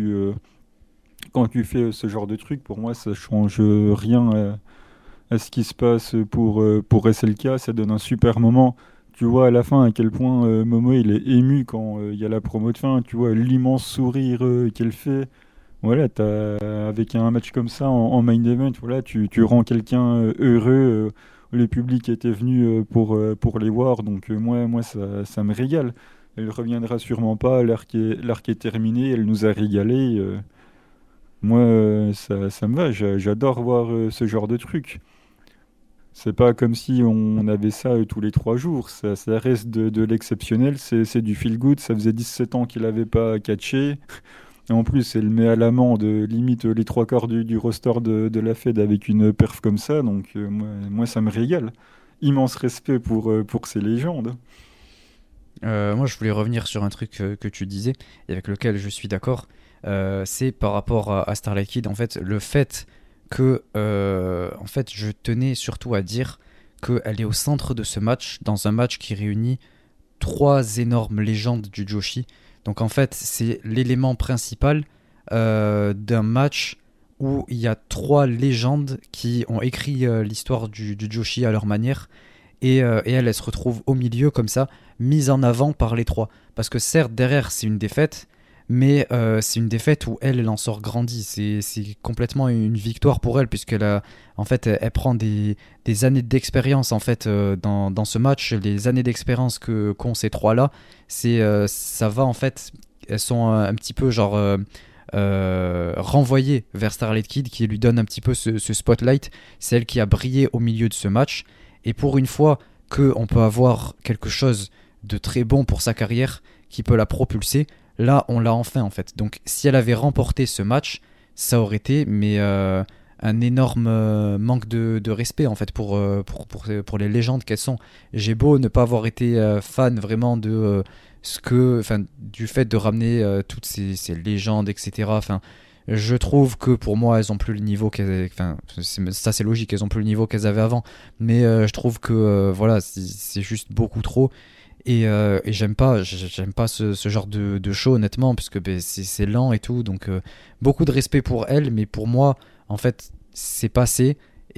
quand tu fais ce genre de truc. Pour moi, ça change rien à ce qui se passe pour SLK. Ça donne un super moment. Tu vois à la fin à quel point Momo il est ému quand il y a la promo de fin. Tu vois l'immense sourire qu'elle fait. Voilà, avec un match comme ça en main event, voilà, tu rends quelqu'un heureux. Le public était venu pour les voir, donc moi ça me régale. Elle reviendra sûrement pas, l'arc est terminé, elle nous a régalé. Moi, ça me va, j'adore voir ce genre de truc. C'est pas comme si on avait ça tous les 3 jours, ça reste de l'exceptionnel, c'est du feel good, ça faisait 17 ans qu'il avait pas catché. Et en plus, elle met à l'amende limite les 3 quarts du roster de la Fed avec une perf comme ça. Donc moi, ça me régale. Immense respect pour ces légendes. Moi, je voulais revenir sur un truc que tu disais et avec lequel je suis d'accord. C'est par rapport à Starlight Kid, en fait, le fait que, en fait, je tenais surtout à dire qu'elle est au centre de ce match, dans un match qui réunit 3 énormes légendes du Joshi. Donc en fait, c'est l'élément principal d'un match où il y a 3 légendes qui ont écrit l'histoire du Joshi à leur manière. Et elle se retrouve au milieu comme ça, mise en avant par les 3. Parce que certes, derrière, c'est une défaite, mais c'est une défaite où elle en sort grandie. C'est complètement une victoire pour elle, puisqu'elle a, en fait, elle prend des années d'expérience en fait, dans ce match. Les années d'expérience qu'ont ces 3-là, ça va en fait, elles sont un petit peu genre renvoyées vers Starlight Kid, qui lui donne un petit peu ce spotlight. C'est elle qui a brillé au milieu de ce match. Et pour une fois qu'on peut avoir quelque chose de très bon pour sa carrière qui peut la propulser, là on l'a enfin en fait. Donc si elle avait remporté ce match, ça aurait été un énorme manque de respect en fait pour les légendes qu'elles sont. J'ai beau ne pas avoir été fan vraiment de du fait de ramener toutes ces légendes, etc. Enfin, je trouve que pour moi, elles ont plus le niveau ça c'est logique, elles ont plus le niveau qu'elles avaient avant. Mais je trouve que voilà, c'est juste beaucoup trop. Et j'aime pas ce genre de show honnêtement, puisque c'est lent et tout. Donc beaucoup de respect pour elles, mais pour moi, en fait, c'est passé.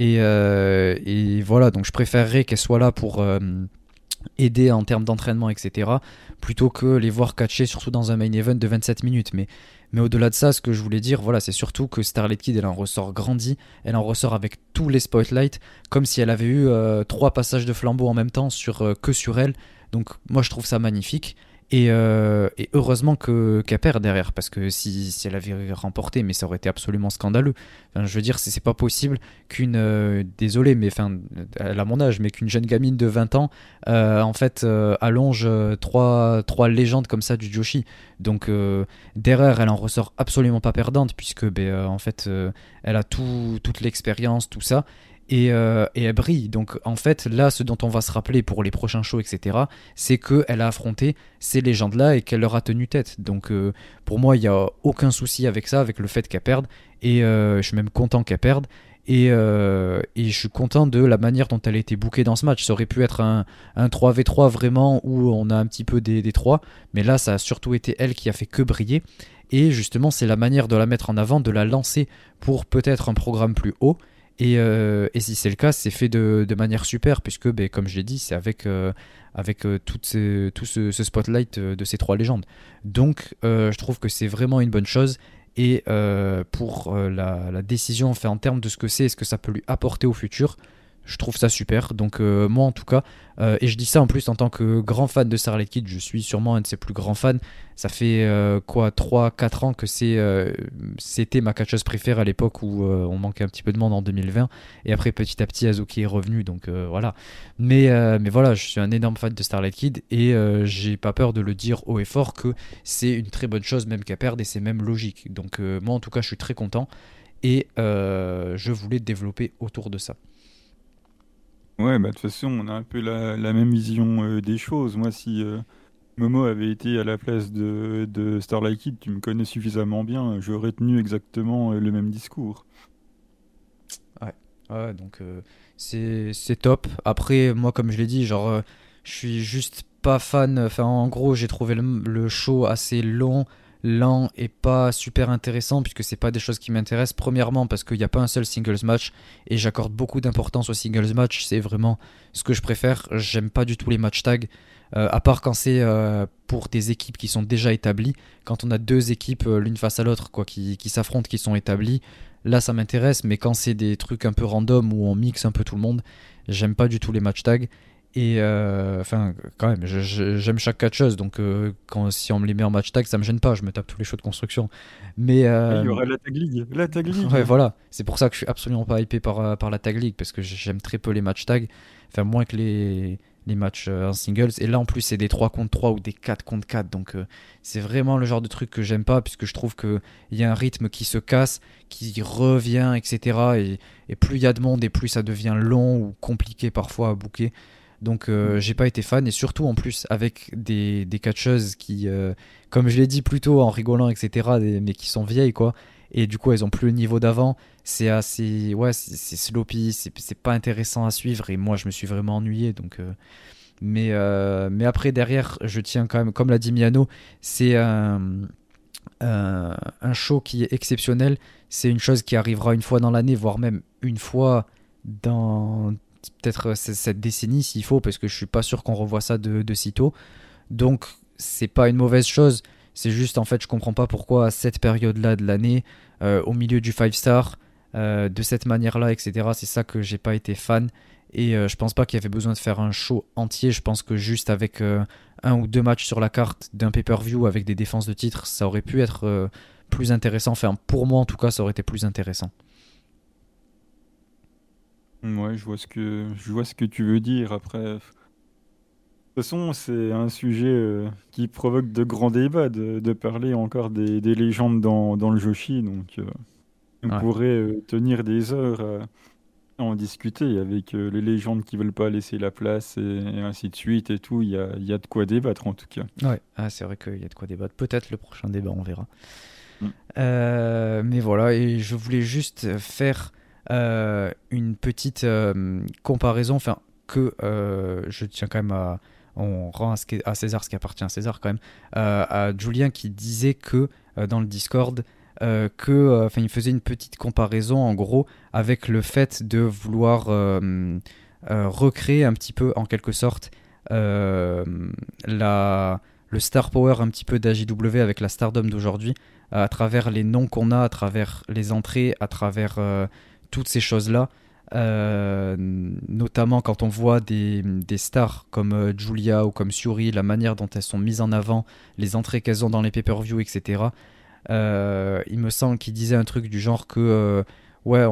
Et voilà, donc je préférerais qu'elles soient là pour aider en termes d'entraînement, etc., plutôt que les voir catcher, surtout dans un main event de 27 minutes. Mais au-delà de ça, ce que je voulais dire, voilà, c'est surtout que Starlight Kid, elle en ressort grandie, elle en ressort avec tous les spotlights, comme si elle avait eu 3 passages de flambeau en même temps que sur elle. Donc moi je trouve ça magnifique. Et heureusement qu'elle perd derrière, parce que si elle avait remporté, mais ça aurait été absolument scandaleux. Enfin, je veux dire, c'est pas possible désolé, mais enfin, elle a mon âge, mais qu'une jeune gamine de 20 ans, en fait, allonge trois légendes comme ça du Joshi. Donc derrière, elle en ressort absolument pas perdante, puisque en fait, elle a toute l'expérience, tout ça. Et elle brille. Donc en fait, là, ce dont on va se rappeler pour les prochains shows, etc., c'est qu'elle a affronté ces légendes-là et qu'elle leur a tenu tête. Donc pour moi, il n'y a aucun souci avec ça, avec le fait qu'elle perde. Et je suis même content qu'elle perde. Et je suis content de la manière dont elle a été bookée dans ce match. Ça aurait pu être un 3v3 vraiment où on a un petit peu des 3. Mais là, ça a surtout été elle qui a fait que briller. Et justement, c'est la manière de la mettre en avant, de la lancer pour peut-être un programme plus haut. Et si c'est le cas, c'est fait de manière super, puisque comme je l'ai dit, c'est avec tout ce spotlight de ces 3 légendes. Donc je trouve que c'est vraiment une bonne chose. Et pour la décision, enfin, en termes de ce que c'est et ce que ça peut lui apporter au futur, Je trouve ça super. Donc moi en tout cas, et je dis ça en plus en tant que grand fan de Starlight Kid, je suis sûrement un de ses plus grands fans. Ça fait quoi 3 4 ans que c'était ma catcheuse préférée à l'époque où on manquait un petit peu de monde en 2020. Et après petit à petit Azuki est revenu, donc voilà. Mais voilà, je suis un énorme fan de Starlight Kid et j'ai pas peur de le dire haut et fort que c'est une très bonne chose même qu'à perdre et c'est même logique. Donc moi en tout cas je suis très content et je voulais développer autour de ça. Ouais, bah de toute façon, on a un peu la même vision des choses. Moi, si Momo avait été à la place de Starlight Kid, tu me connais suffisamment bien, j'aurais tenu exactement le même discours. Ouais, ouais, donc c'est top. Après, moi, comme je l'ai dit, genre, je suis juste pas fan. Enfin, en gros, j'ai trouvé le show assez long, lent et pas super intéressant puisque c'est pas des choses qui m'intéressent. Premièrement, parce qu'il n'y a pas un seul singles match et j'accorde beaucoup d'importance aux singles match. C'est vraiment ce que je préfère. J'aime pas du tout les match tags. À part quand c'est pour des équipes qui sont déjà établies, quand on a deux équipes l'une face à l'autre quoi, qui s'affrontent, qui sont établies, là ça m'intéresse, mais quand c'est des trucs un peu random où on mixe un peu tout le monde, j'aime pas du tout les match tags. Et enfin, quand même, j'aime chaque catcheuse, donc si on me les met en match tag, ça me gêne pas, je me tape tous les shows de construction. Mais Et il y aura la Tag League. La Tag ouais, League. voilà, c'est pour ça que je suis absolument pas hypé par la tag league, parce que j'aime très peu les match tag, enfin moins que les matchs en singles. Et là en plus, c'est des 3 contre 3 ou des 4 contre 4, donc c'est vraiment le genre de truc que j'aime pas, puisque je trouve qu'il y a un rythme qui se casse, qui revient, etc. Et plus il y a de monde, et plus ça devient long ou compliqué parfois à booker. Donc j'ai pas été fan et surtout en plus avec des catcheuses qui, comme je l'ai dit plus tôt en rigolant etc, mais qui sont vieilles quoi et du coup elles ont plus le niveau d'avant, c'est assez, ouais c'est sloppy, c'est pas intéressant à suivre et moi je me suis vraiment ennuyé donc mais après derrière je tiens quand même, comme l'a dit Miano, c'est un show qui est exceptionnel, c'est une chose qui arrivera une fois dans l'année voire même une fois dans peut-être cette décennie s'il faut, parce que je suis pas sûr qu'on revoit ça de sitôt. Donc c'est pas une mauvaise chose, c'est juste en fait je comprends pas pourquoi à cette période-là de l'année, au milieu du 5 star, de cette manière-là, etc. C'est ça que j'ai pas été fan. Et je pense pas qu'il y avait besoin de faire un show entier. Je pense que juste avec un ou deux matchs sur la carte d'un pay-per-view avec des défenses de titre, ça aurait pu être plus intéressant. Enfin, pour moi en tout cas, ça aurait été plus intéressant. Ouais, je vois ce que tu veux dire. Après, de toute façon, c'est un sujet qui provoque de grands débats de parler encore des légendes dans le Joshi. Donc, on Ouais. pourrait tenir des heures à en discuter avec les légendes qui veulent pas laisser la place et ainsi de suite et tout. Il y a de quoi débattre en tout cas. Ouais, ah, c'est vrai qu'il y a de quoi débattre. Peut-être le prochain débat, on verra. Mm. Mais voilà, et je voulais juste faire une petite comparaison, enfin que je tiens quand même à, on rend à César ce qui appartient à César quand même, à Julien qui disait que dans le Discord enfin il faisait une petite comparaison en gros avec le fait de vouloir recréer un petit peu en quelque sorte euh, la le star power un petit peu d'AJW avec la Stardom d'aujourd'hui, à travers les noms qu'on a, à travers les entrées, à travers toutes ces choses-là. Notamment quand on voit des stars comme Julia ou comme Suri, la manière dont elles sont mises en avant, les entrées qu'elles ont dans les pay-per-view, etc. Il me semble qu'il disait un truc du genre que ouais,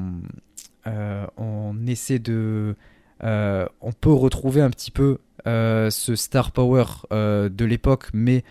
on essaie de on peut retrouver un petit peu ce star power de l'époque, mais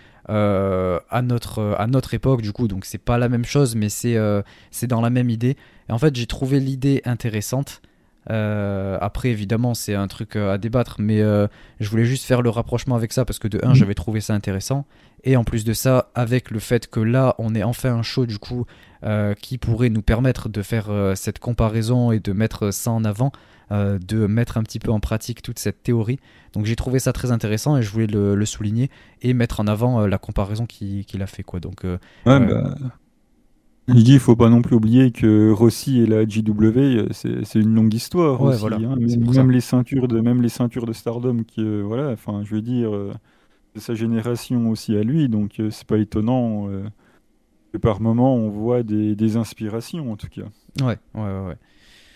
à notre époque du coup, donc c'est pas la même chose, mais c'est dans la même idée. Et en fait, j'ai trouvé l'idée intéressante. Après, évidemment, c'est un truc à débattre, mais je voulais juste faire le rapprochement avec ça parce que de un, j'avais trouvé ça intéressant, et en plus de ça, avec le fait que là, on est enfin un show du coup qui pourrait nous permettre de faire cette comparaison et de mettre ça en avant, de mettre un petit peu en pratique toute cette théorie. Donc j'ai trouvé ça très intéressant et je voulais le souligner et mettre en avant la comparaison qu'il a fait quoi. Donc Ouais, euh, bah, il dit, il faut pas non plus oublier que Rossi et la JW, c'est une longue histoire ouais, aussi, voilà, hein. c'est pour ça. Même les ceintures de Stardom, qui, voilà, enfin, je veux dire, c'est sa génération aussi à lui, donc c'est pas étonnant que par moment on voit des inspirations en tout cas. Ouais, ouais, ouais, ouais.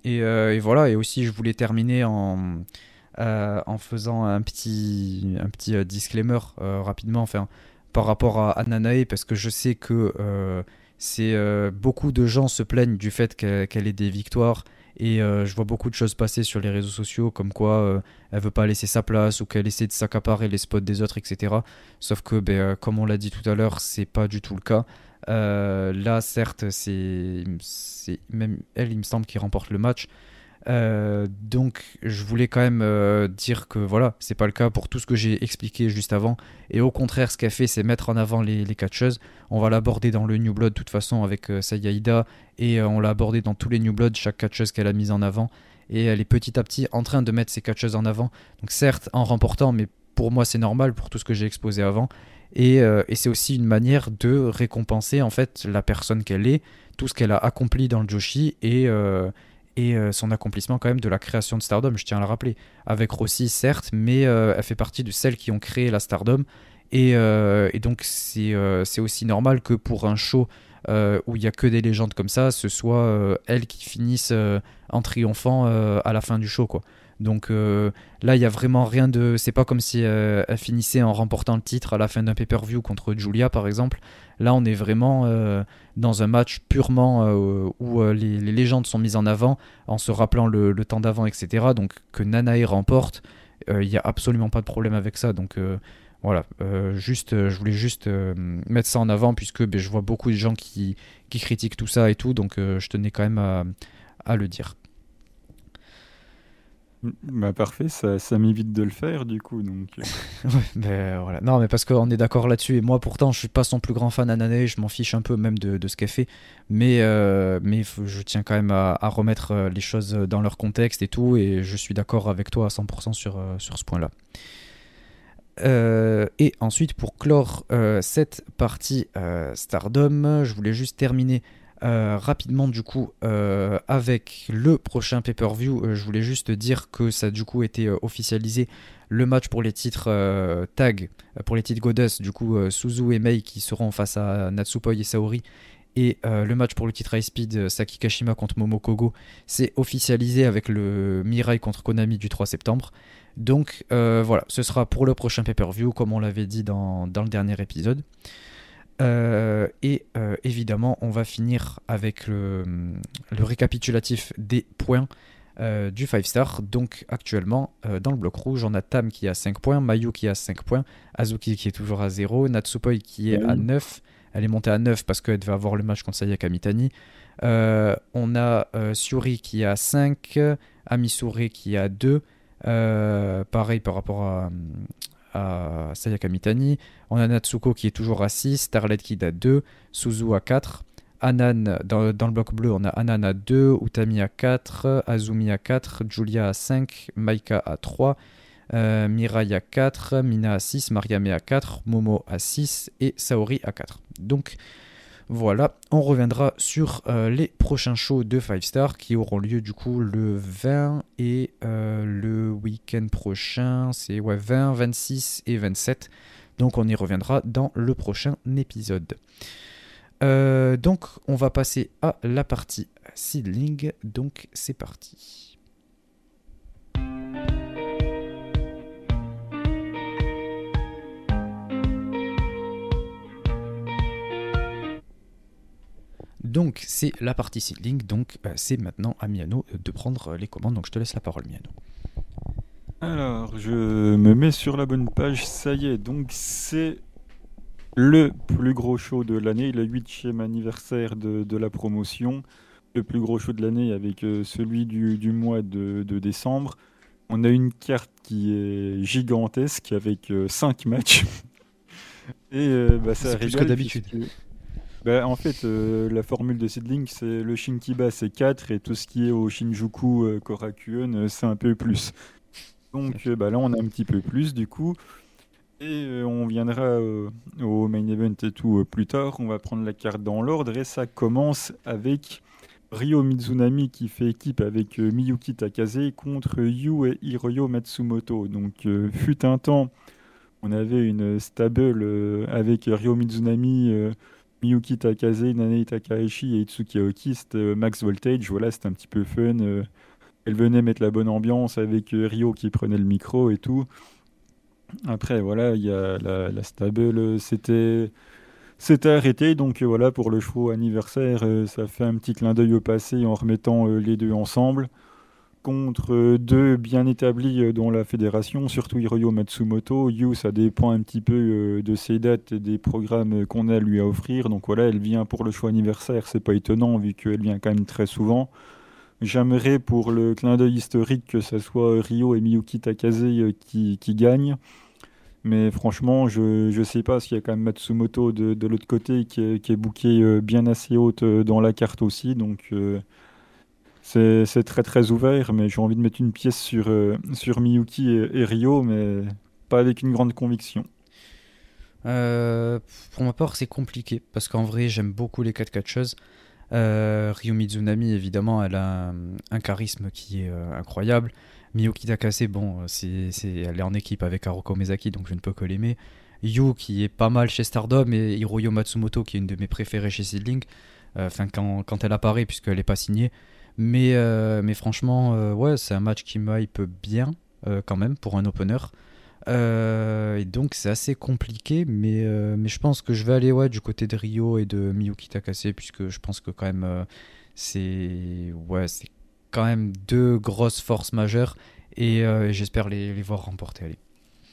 Et voilà, et aussi je voulais terminer en faisant un petit disclaimer rapidement, enfin, par rapport à Nanae, parce que je sais que beaucoup de gens se plaignent du fait qu'elle ait des victoires. Et je vois beaucoup de choses passer sur les réseaux sociaux, comme quoi elle veut pas laisser sa place ou qu'elle essaie de s'accaparer les spots des autres, etc. Sauf que, comme on l'a dit tout à l'heure, c'est pas du tout le cas. Là, certes, c'est même elle, il me semble, qui remporte le match. Donc je voulais quand même dire que voilà, c'est pas le cas pour tout ce que j'ai expliqué juste avant. Et au contraire, ce qu'elle fait, c'est mettre en avant les catcheuses. On va l'aborder dans le New Blood de toute façon avec Sayaida, et on l'a abordé dans tous les New Blood, chaque catcheuse qu'elle a mise en avant. Et elle est petit à petit en train de mettre ses catcheuses en avant. Donc certes en remportant, mais pour moi c'est normal pour tout ce que j'ai exposé avant. Et c'est aussi une manière de récompenser en fait la personne qu'elle est, tout ce qu'elle a accompli dans le Joshi, et son accomplissement quand même de la création de Stardom, je tiens à le rappeler. Avec Rossi, certes, mais elle fait partie de celles qui ont créé la Stardom. Et donc c'est aussi normal que pour un show où il n'y a que des légendes comme ça, ce soit elles qui finissent en triomphant à la fin du show, quoi. Donc là, il y a vraiment rien de... C'est pas comme si elle finissait en remportant le titre à la fin d'un pay-per-view contre Julia, par exemple. Là, on est vraiment dans un match purement où les légendes sont mises en avant, en se rappelant le temps d'avant, etc. Donc que Nanae remporte, il n'y a absolument pas de problème avec ça. Donc voilà, je voulais juste mettre ça en avant, puisque je vois beaucoup de gens qui critiquent tout ça et tout. Donc je tenais quand même à le dire. Bah parfait, ça m'évite de le faire du coup. Donc, Ouais, voilà. Non, mais parce qu'on est d'accord là-dessus. Et moi, pourtant, je suis pas son plus grand fan à Nanae. Je m'en fiche un peu même de ce qu'elle fait. Mais je tiens quand même à remettre les choses dans leur contexte et tout. Et je suis d'accord avec toi à 100% sur ce point-là. Et ensuite, pour clore cette partie Stardom, je voulais juste terminer rapidement du coup avec le prochain pay-per-view. Je voulais juste dire que ça a du coup été officialisé, le match pour les titres tag, pour les titres Goddess, du coup Suzu et Mei qui seront face à Natsupoi et Saori. Et le match pour le titre High Speed, Saki Kashima contre Momo Kogo, c'est officialisé avec le Mirai contre Konami du 3 septembre. Donc voilà, ce sera pour le prochain pay-per-view, comme on l'avait dit dans le dernier épisode. Évidemment, on va finir avec le récapitulatif des points du 5 star. Donc actuellement, dans le bloc rouge, on a Tam qui a 5 points, Mayu qui a 5 points, Azuki qui est toujours à 0, Natsupoi qui est à 9. Elle est montée à 9 parce qu'elle devait avoir le match contre Sayaka Mitani. On a Syuri qui a 5, Amisure qui a 2. Pareil par rapport à Sayaka Mitani. On a Natsuko qui est toujours à 6, Starlet qui est à 2, Suzu à 4. Anan, dans le bloc bleu, on a Anan à 2, Utami à 4, Azumi à 4, Julia à 5, Maika à 3, Mirai à 4, Mina à 6, Mariame à 4, Momo à 6 et Saori à 4. Donc voilà, on reviendra sur les prochains shows de 5 Star qui auront lieu du coup le 20 et le week-end prochain, c'est 20, 26 et 27. Donc on y reviendra dans le prochain épisode. Donc on va passer à la partie seedling, donc c'est parti. Donc c'est la partie seedling, donc c'est maintenant à Miano de prendre les commandes, donc je te laisse la parole Miano. Alors, je me mets sur la bonne page, ça y est, donc c'est le plus gros show de l'année, le 8e anniversaire de la promotion, le plus gros show de l'année avec celui du mois de décembre. On a une carte qui est gigantesque avec 5 matchs. Et ça c'est plus que d'habitude. En fait, la formule de seedling, c'est le Shinkiba, c'est 4, et tout ce qui est au Shinjuku Korakuen, c'est un peu plus. Donc là, on a un petit peu plus du coup. Et on viendra au main event et tout plus tard. On va prendre la carte dans l'ordre et ça commence avec Ryo Mizunami qui fait équipe avec Miyuki Takase contre Yu et Hiroyo Matsumoto. Donc fut un temps, on avait une stable avec Ryo Mizunami Miyuki Takase, Nanae Takahashi et Itsuki Aoki, c'était Max Voltage. Voilà, c'était un petit peu fun. Elle venait mettre la bonne ambiance avec Ryo qui prenait le micro et tout. Après, voilà, il y a la stable, c'était arrêté. Donc voilà, pour le show anniversaire, ça fait un petit clin d'œil au passé en remettant les deux ensemble contre deux bien établis dans la fédération, surtout Hiroyo Matsumoto. Yu, ça dépend un petit peu de ses dates et des programmes qu'on a lui à offrir. Donc voilà, elle vient pour le show anniversaire, c'est pas étonnant vu qu'elle vient quand même très souvent. J'aimerais pour le clin d'œil historique que ce soit Ryo et Miyuki Takase qui gagnent. Mais franchement, je ne sais pas s'il y a quand même Matsumoto de l'autre côté qui est booké bien assez haute dans la carte aussi. Donc c'est très très ouvert. Mais j'ai envie de mettre une pièce sur Miyuki et Ryo, mais pas avec une grande conviction. Pour ma part, c'est compliqué parce qu'en vrai, j'aime beaucoup les 4 catcheuses. Ryo Mizunami, évidemment, elle a un charisme qui est incroyable. Miyuki Takase, bon, elle est en équipe avec Haruko Mezaki, donc je ne peux que l'aimer. Yu, qui est pas mal chez Stardom, et Hiroyo Matsumoto, qui est une de mes préférées chez Seedling. Enfin, quand elle apparaît, puisqu'elle n'est pas signée. Mais franchement, ouais, c'est un match qui me hype bien, quand même, pour un opener. Et donc c'est assez compliqué, mais je pense que je vais aller ouais, du côté de Ryo et de Miyuki Takase, puisque je pense que quand même c'est quand même deux grosses forces majeures et j'espère les voir remporter. Allez.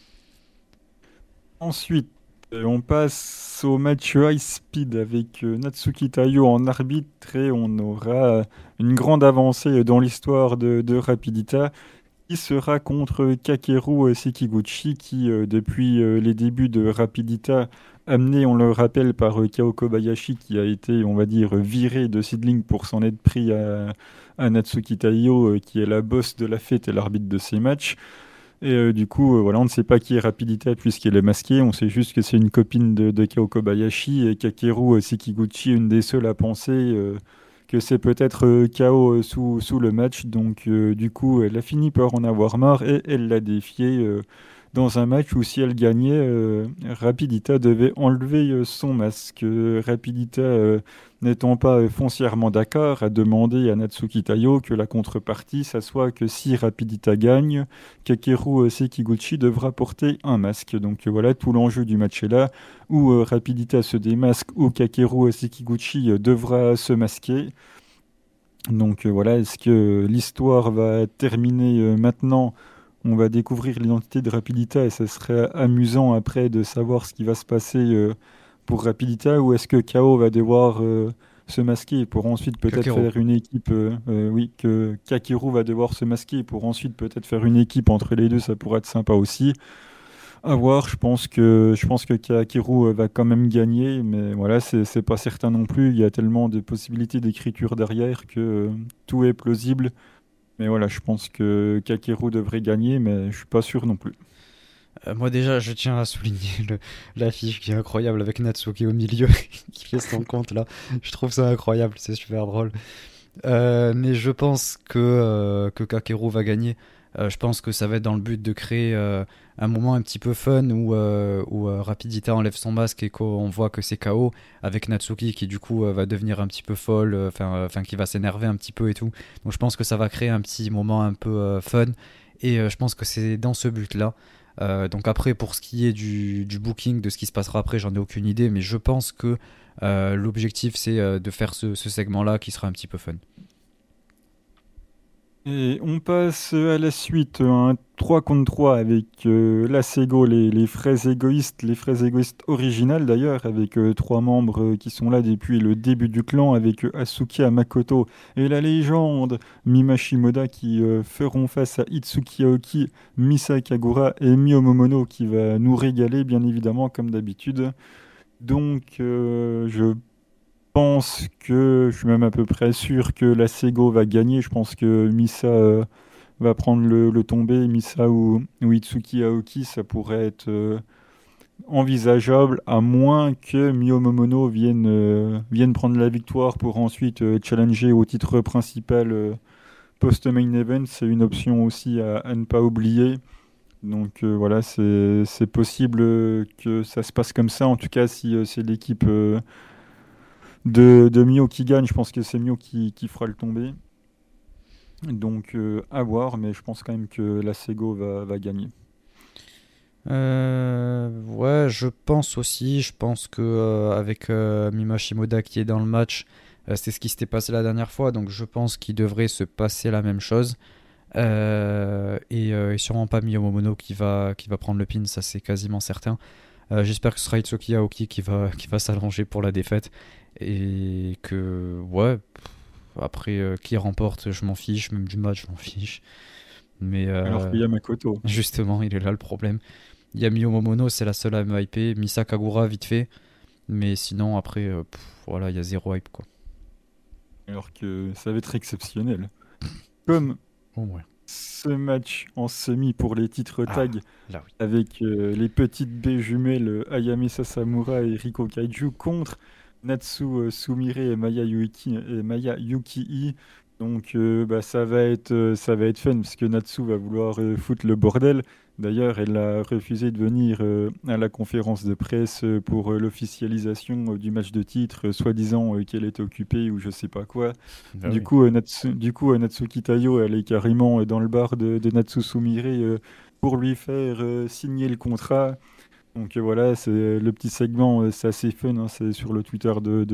Ensuite, on passe au match High Speed avec Natsuki Taiyo en arbitre et on aura une grande avancée dans l'histoire de Rapidita qui sera contre Kakeru Sekiguchi qui, depuis les débuts de Rapidita, amené, on le rappelle, par Kao Kobayashi qui a été, on va dire, viré de Seedling pour s'en être pris à Natsuki Taiyo qui est la boss de la fête et l'arbitre de ces matchs. Et du coup, voilà, on ne sait pas qui est Rapidita puisqu'elle est masquée. On sait juste que c'est une copine de Kao Kobayashi et Kakeru Sekiguchi, une des seules à penser que c'est peut-être Kao sous le match. Donc, du coup, elle a fini par en avoir marre et elle l'a défié dans un match où si elle gagnait, Rapidita devait enlever son masque. Rapidita, n'étant pas foncièrement d'accord, a demandé à Natsuki Taiyo que la contrepartie, ça soit que si Rapidita gagne, Kakeru Sekiguchi devra porter un masque. Donc voilà, tout l'enjeu du match est là, où Rapidita se démasque, ou Kakeru Sekiguchi devra se masquer. Donc voilà, est-ce que l'histoire va terminer maintenant? On va découvrir l'identité de Rapidita et ça serait amusant après de savoir ce qui va se passer pour Rapidita, ou est-ce que Kao va devoir se masquer pour ensuite peut-être Kakeru. faire une équipe oui, que Kakeru va devoir se masquer pour ensuite peut-être faire une équipe entre les deux, ça pourrait être sympa aussi. À voir, je pense que Kakeru va quand même gagner, mais voilà, c'est pas certain non plus. Il y a tellement de possibilités d'écriture derrière que tout est plausible. Mais voilà, je pense que Kakeru devrait gagner, mais je suis pas sûr non plus. Moi déjà, je tiens à souligner l'affiche qui est incroyable avec Natsuki au milieu qui fait son compte là. Je trouve ça incroyable, c'est super drôle. Mais je pense que Kakeru va gagner. Je pense que ça va être dans le but de créer un moment un petit peu fun où Rapidita enlève son masque et qu'on voit que c'est KO avec Natsuki qui du coup va devenir un petit peu folle, enfin qui va s'énerver un petit peu et tout. Donc je pense que ça va créer un petit moment un peu fun et je pense que c'est dans ce but-là. Donc après pour ce qui est du booking, de ce qui se passera après, j'en ai aucune idée, mais je pense que l'objectif c'est de faire ce segment-là qui sera un petit peu fun. Et on passe à la suite, un 3 contre 3 avec la Sego, les fraises égoïstes originales d'ailleurs, avec trois membres qui sont là depuis le début du clan, avec Asuka Makoto et la légende Mima Shimoda qui feront face à Itsuki Aoki, Misa Kagura et Mio Momono qui va nous régaler bien évidemment comme d'habitude. Donc je pense que je suis même à peu près sûr que la Sego va gagner. Je pense que Misa va prendre le tombé. Misa ou Itsuki Aoki, ça pourrait être envisageable, à moins que Mio Momono vienne prendre la victoire pour ensuite challenger au titre principal post-main event. C'est une option aussi à ne pas oublier. Donc voilà, c'est possible que ça se passe comme ça. En tout cas, si c'est l'équipe de Mio qui gagne. Je pense que c'est Mio qui fera le tomber. Donc à voir, mais je pense quand même que la Sego va gagner. Ouais, je pense aussi. Je pense que avec Mima Shimoda qui est dans le match, c'est ce qui s'était passé la dernière fois. Donc je pense qu'il devrait se passer la même chose. Et sûrement pas Miyomomono qui va prendre le pin, ça c'est quasiment certain. J'espère que ce sera Itsuki Aoki qui va s'allonger pour la défaite. Et que, ouais, après, qui remporte, je m'en fiche. Même du match, je m'en fiche. Mais Alors qu'il y a Makoto. justement, il est là le problème. Il y a Miyo Momono, c'est la seule à me hyper. Misa Kagura, vite fait. Mais sinon, après, voilà, il y a zéro hype, quoi. Alors que ça va être exceptionnel. Comme Au moins. ce match en semi pour les titres Ah, tag là oui. avec les petites B jumelles Ayame Sasamura et Riko Kaiju contre Natsu Sumire et Maya Yukii. Donc bah, ça va être fun parce que Natsu va vouloir foutre le bordel. D'ailleurs, elle a refusé de venir à la conférence de presse pour l'officialisation du match de titre, soi-disant qu'elle était occupée ou je sais pas quoi. Ah oui. Du coup, Natsuki Tayo, elle est carrément dans le bar de Natsu Sumire pour lui faire signer le contrat. Donc voilà, c'est le petit segment, c'est assez fun, hein, c'est sur le Twitter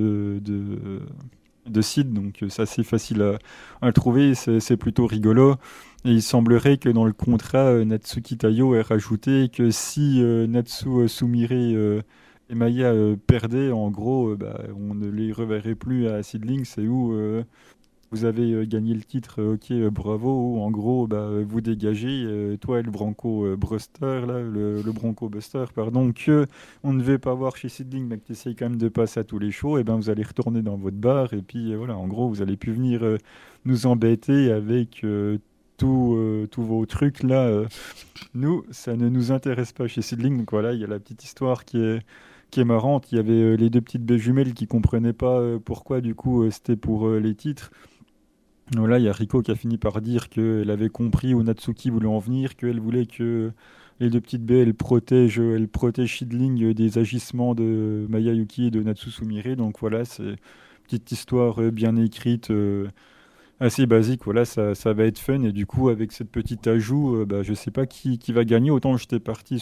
de Sid, donc c'est assez facile à le trouver, c'est plutôt rigolo. Et il semblerait que dans le contrat, Natsuki Tayo ait rajouté que si Natsu Sumire et Maya perdaient, en gros, bah, on ne les reverrait plus à Seedling, c'est où vous avez gagné le titre, ok, bravo. Ou en gros, bah, vous dégagez, toi et le Bronco Buster, là, le Bronco Buster, pardon, que on ne veut pas voir chez Sidling, mais que tu essayes quand même de passer à tous les shows, et ben vous allez retourner dans votre bar, et puis voilà, en gros, vous allez plus venir nous embêter avec tous vos trucs là. Nous, ça ne nous intéresse pas chez Sidling, donc voilà, il y a la petite histoire qui est marrante. Il y avait les deux petites baies jumelles qui comprenaient pas pourquoi du coup c'était pour les titres. Voilà, il y a Riko qui a fini par dire qu'elle avait compris où Natsuki voulait en venir, qu'elle voulait que les deux petites baies, elles protègent Shidling des agissements de Mayayuki et de Natsu Sumire. Donc voilà, c'est une petite histoire bien écrite, assez basique. Voilà, ça va être fun. Et du coup, avec cette petite ajout, bah, je sais pas qui va gagner. Autant j'étais parti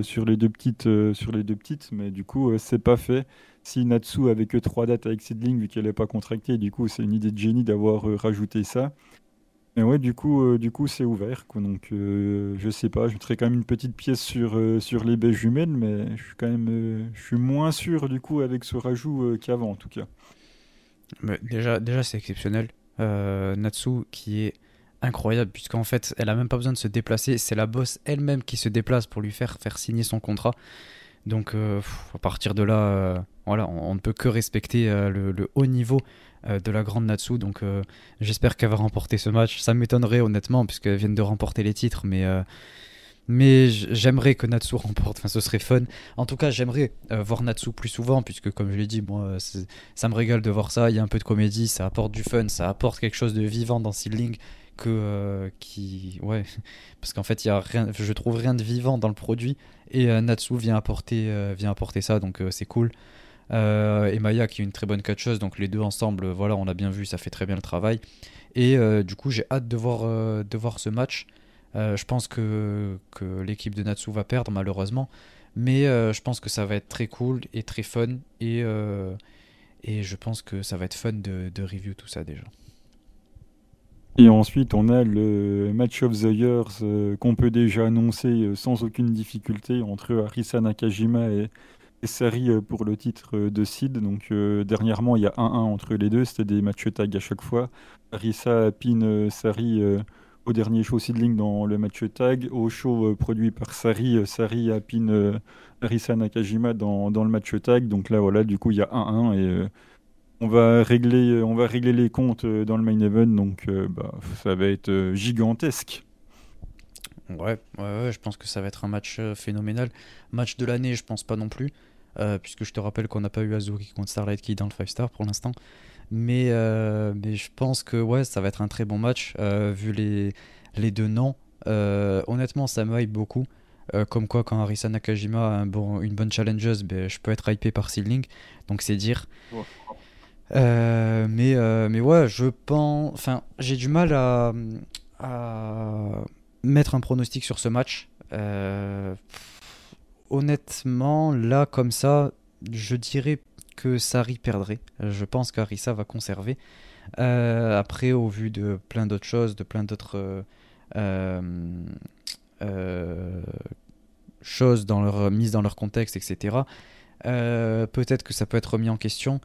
sur les deux petites, mais du coup, c'est pas fait. Si Natsu avait que trois dates avec Seedling, vu qu'elle n'est pas contractée, du coup, c'est une idée de génie d'avoir rajouté ça. Mais ouais, du coup, c'est ouvert, quoi. Donc, je sais pas, je mettrais quand même une petite pièce sur les baies jumelles, mais je suis moins sûr, du coup, avec ce rajout qu'avant, en tout cas. Mais déjà c'est exceptionnel. Natsu qui est incroyable, puisqu'en fait, elle a même pas besoin de se déplacer. C'est la boss elle-même qui se déplace pour lui faire signer son contrat. Donc à partir de là, voilà, on ne peut que respecter le haut niveau de la grande Natsu. Donc j'espère qu'elle va remporter ce match. Ça m'étonnerait honnêtement, puisqu'elle vient de remporter les titres, mais j'aimerais que Natsu remporte. Enfin, ce serait fun. En tout cas, j'aimerais voir Natsu plus souvent, puisque comme je l'ai dit, moi, ça me régale de voir ça. Il y a un peu de comédie, ça apporte du fun, ça apporte quelque chose de vivant dans Seedling ouais, parce qu'en fait, il y a rien, je trouve rien de vivant dans le produit et Natsu vient apporter ça, donc c'est cool. Et Maya qui est une très bonne catcheuse, donc les deux ensemble, voilà, on a bien vu, ça fait très bien le travail. Et du coup, j'ai hâte de voir ce match. Je pense que l'équipe de Natsu va perdre malheureusement, mais je pense que ça va être très cool et très fun et je pense que ça va être fun de review tout ça déjà. Et ensuite, on a le Match of the Years qu'on peut déjà annoncer sans aucune difficulté entre Arisa Nakajima et Sari pour le titre de Seed. Donc, dernièrement, il y a 1-1 entre les deux. C'était des matchs tag à chaque fois. Arisa pin Sari au dernier show Seedling dans le match tag. Au show produit par Sari, Sari a pin Arisa Nakajima dans le match tag. Donc là, voilà, du coup, il y a 1-1 et on va régler les comptes dans le main event, donc bah, ça va être gigantesque. Ouais, je pense que ça va être un match phénoménal. Match de l'année, je pense pas non plus, puisque je te rappelle qu'on n'a pas eu Azuki contre Starlight Kid dans le 5 star pour l'instant. Mais je pense que ouais, ça va être un très bon match, vu les deux noms. Honnêtement, ça me hype beaucoup. Comme quoi, quand Arisa Nakajima a une bonne challengeuse, ben, je peux être hypé par Seedling, donc c'est dire. Ouais. Mais ouais, je pense. Enfin, j'ai du mal à mettre un pronostic sur ce match. Honnêtement, là, comme ça, je dirais que Sarri perdrait. Je pense qu'Arissa va conserver. Après, au vu de plein d'autres choses, de plein d'autres euh, euh, choses dans leur, mises dans leur contexte, etc., peut-être que ça peut être remis en question.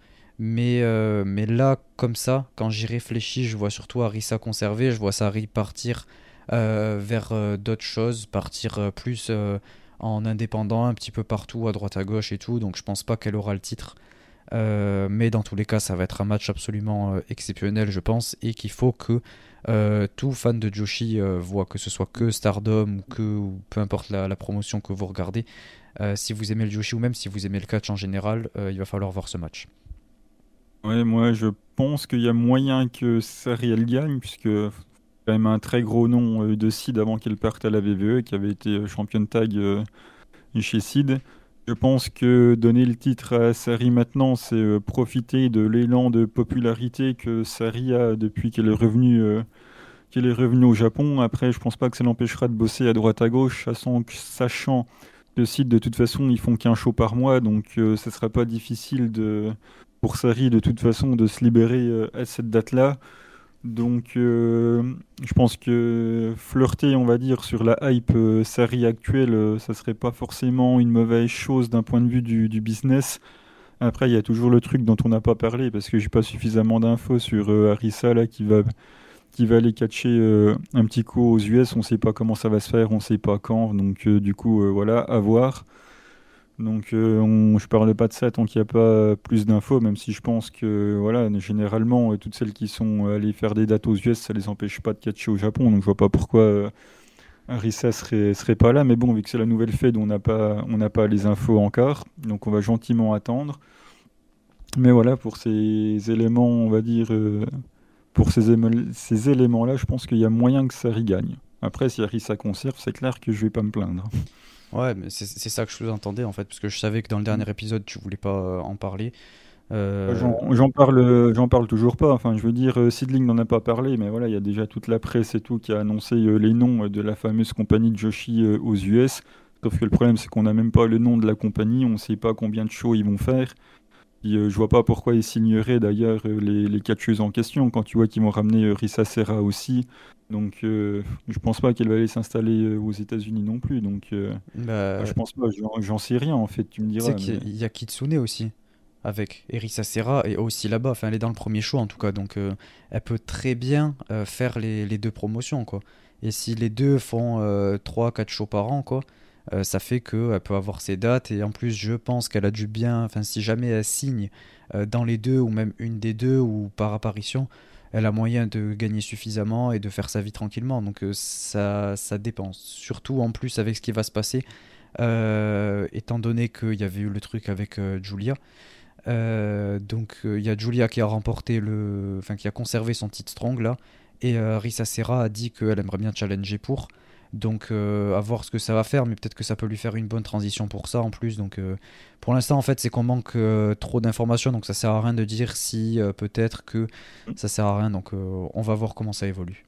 Mais là, comme ça, quand j'y réfléchis, je vois surtout Arissa conserver, je vois Sarri partir vers d'autres choses, partir plus en indépendant un petit peu partout, à droite à gauche et tout. Donc je pense pas qu'elle aura le titre. Mais dans tous les cas, ça va être un match absolument exceptionnel, je pense, et qu'il faut que tout fan de Joshi voit, que ce soit que Stardom ou peu importe la promotion que vous regardez. Si vous aimez le Joshi ou même si vous aimez le catch en général, il va falloir voir ce match. Ouais, moi je pense qu'il y a moyen que Sarri elle gagne, puisque quand même un très gros nom de Sid avant qu'elle parte à la WWE, qui avait été championne tag chez Sid. Je pense que donner le titre à Sarri maintenant, c'est profiter de l'élan de popularité que Sarri a depuis qu'elle est revenue au Japon. Après, je pense pas que ça l'empêchera de bosser à droite à gauche, sachant que Sid, de toute façon, ils font qu'un show par mois, donc ce sera pas difficile pour Sarri de toute façon de se libérer à cette date-là. Donc, je pense que flirter, on va dire, sur la hype Sarri actuelle, ça serait pas forcément une mauvaise chose d'un point de vue du business. Après, il y a toujours le truc dont on n'a pas parlé parce que j'ai pas suffisamment d'infos sur Arisa là qui va aller catcher un petit coup aux US. On sait pas comment ça va se faire, on sait pas quand. Donc, du coup, voilà, à voir. Donc, je parle pas de ça tant qu'il n'y a pas plus d'infos, même si je pense que, voilà, généralement, toutes celles qui sont allées faire des dates aux US, ça les empêche pas de catcher au Japon. Donc, je vois pas pourquoi Arisa serait pas là. Mais bon, vu que c'est la nouvelle Fed, on n'a pas les infos encore. Donc, on va gentiment attendre. Mais voilà, pour ces éléments, on va dire, pour ces éléments-là, je pense qu'il y a moyen que ça gagne. Après, si Arisa conserve, c'est clair que je vais pas me plaindre. Ouais, mais c'est ça que je sous-entendais en fait, parce que je savais que dans le dernier épisode, tu voulais pas en parler. Euh, J'en parle toujours pas. Enfin, je veux dire, Sidling n'en a pas parlé, mais voilà, il y a déjà toute la presse et tout qui a annoncé les noms de la fameuse compagnie de Joshi aux US. Sauf que le problème, c'est qu'on n'a même pas le nom de la compagnie, on ne sait pas combien de shows ils vont faire. Puis, je vois pas pourquoi ils signeraient d'ailleurs les catcheuses en question quand tu vois qu'ils vont ramener Risa Serra aussi. Donc, je pense pas qu'elle va aller s'installer aux États-Unis non plus. Donc, bah, je pense pas. J'en sais rien en fait, tu me Tu sais diras. qu'il y a, Mais il y a Kitsune aussi, avec Erisa Serra et aussi là-bas. Enfin, elle est dans le premier show en tout cas, donc elle peut très bien faire les deux promotions, quoi. Et si les deux font 3-4 shows par an, quoi, ça fait qu'elle peut avoir ses dates. Et en plus, je pense qu'elle a du bien. Enfin, si jamais elle signe dans les deux, ou même une des deux, ou par apparition, elle a moyen de gagner suffisamment et de faire sa vie tranquillement. Donc ça dépend. Surtout en plus avec ce qui va se passer étant donné qu'il y avait eu le truc avec Julia. Donc il y a Julia qui a remporté enfin qui a conservé son titre strong là, et Risa Serra a dit qu'elle aimerait bien challenger pour. Donc à voir ce que ça va faire, mais peut-être que ça peut lui faire une bonne transition pour ça en plus. Donc pour l'instant en fait c'est qu'on manque trop d'informations, donc ça sert à rien de dire si peut-être que ça sert à rien. Donc on va voir comment ça évolue.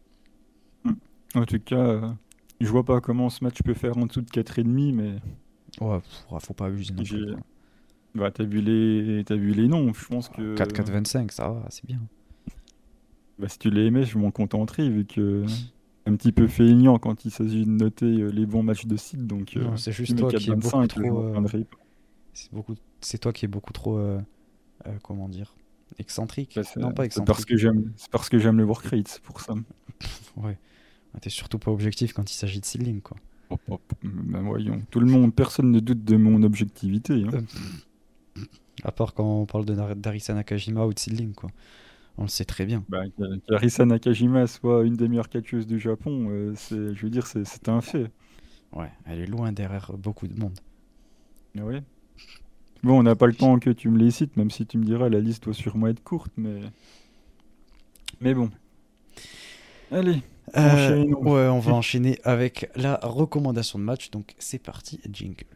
en tout cas, je vois pas comment ce match peut faire en dessous de 4,5, mais Ouais, faut pas abuser non plus j'ai. quoi. Bah, t'as vu les noms. Je pense que 4-4-25 ça va, c'est bien. bah, si tu les aimais, je m'en contenterai, vu que un petit peu feignant quand il s'agit de noter les bons matchs de site. Donc, Non, c'est tu juste mets toi qui est beaucoup 4,25, je trop. m'en plaindrai pas. C'est toi qui est beaucoup trop. Comment dire? Excentrique? Bah, Non, pas c'est parce excentrique. que j'aime le work rate, c'est pour ça. Ouais. T'es surtout pas objectif quand il s'agit de seedling, quoi. Hop, hop. Ben voyons, tout le monde, personne ne doute de mon objectivité, hein. Euh, à part quand on parle de d'Arisa Nakajima ou de seedling, quoi. On le sait très bien. Bah, qu'Arisa Nakajima soit une des meilleures catcheuses du Japon, je veux dire, c'est un fait. Ouais, elle est loin derrière beaucoup de monde. Ah ouais. Bon, on n'a pas le temps que tu me les cites, même si tu me diras la liste doit sûrement être courte, mais bon. Allez, enchaînons. Ouais, on va enchaîner avec la recommandation de match. Donc c'est parti, jingle.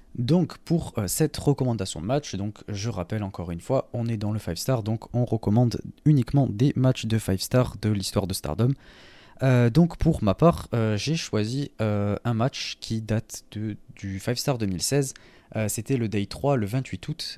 Donc pour cette recommandation de match, donc je rappelle encore une fois, on est dans le 5 star, donc on recommande uniquement des matchs de 5 star de l'histoire de Stardom. Donc pour ma part, j'ai choisi un match qui date du 5 star 2016. C'était le Day 3, le 28 août,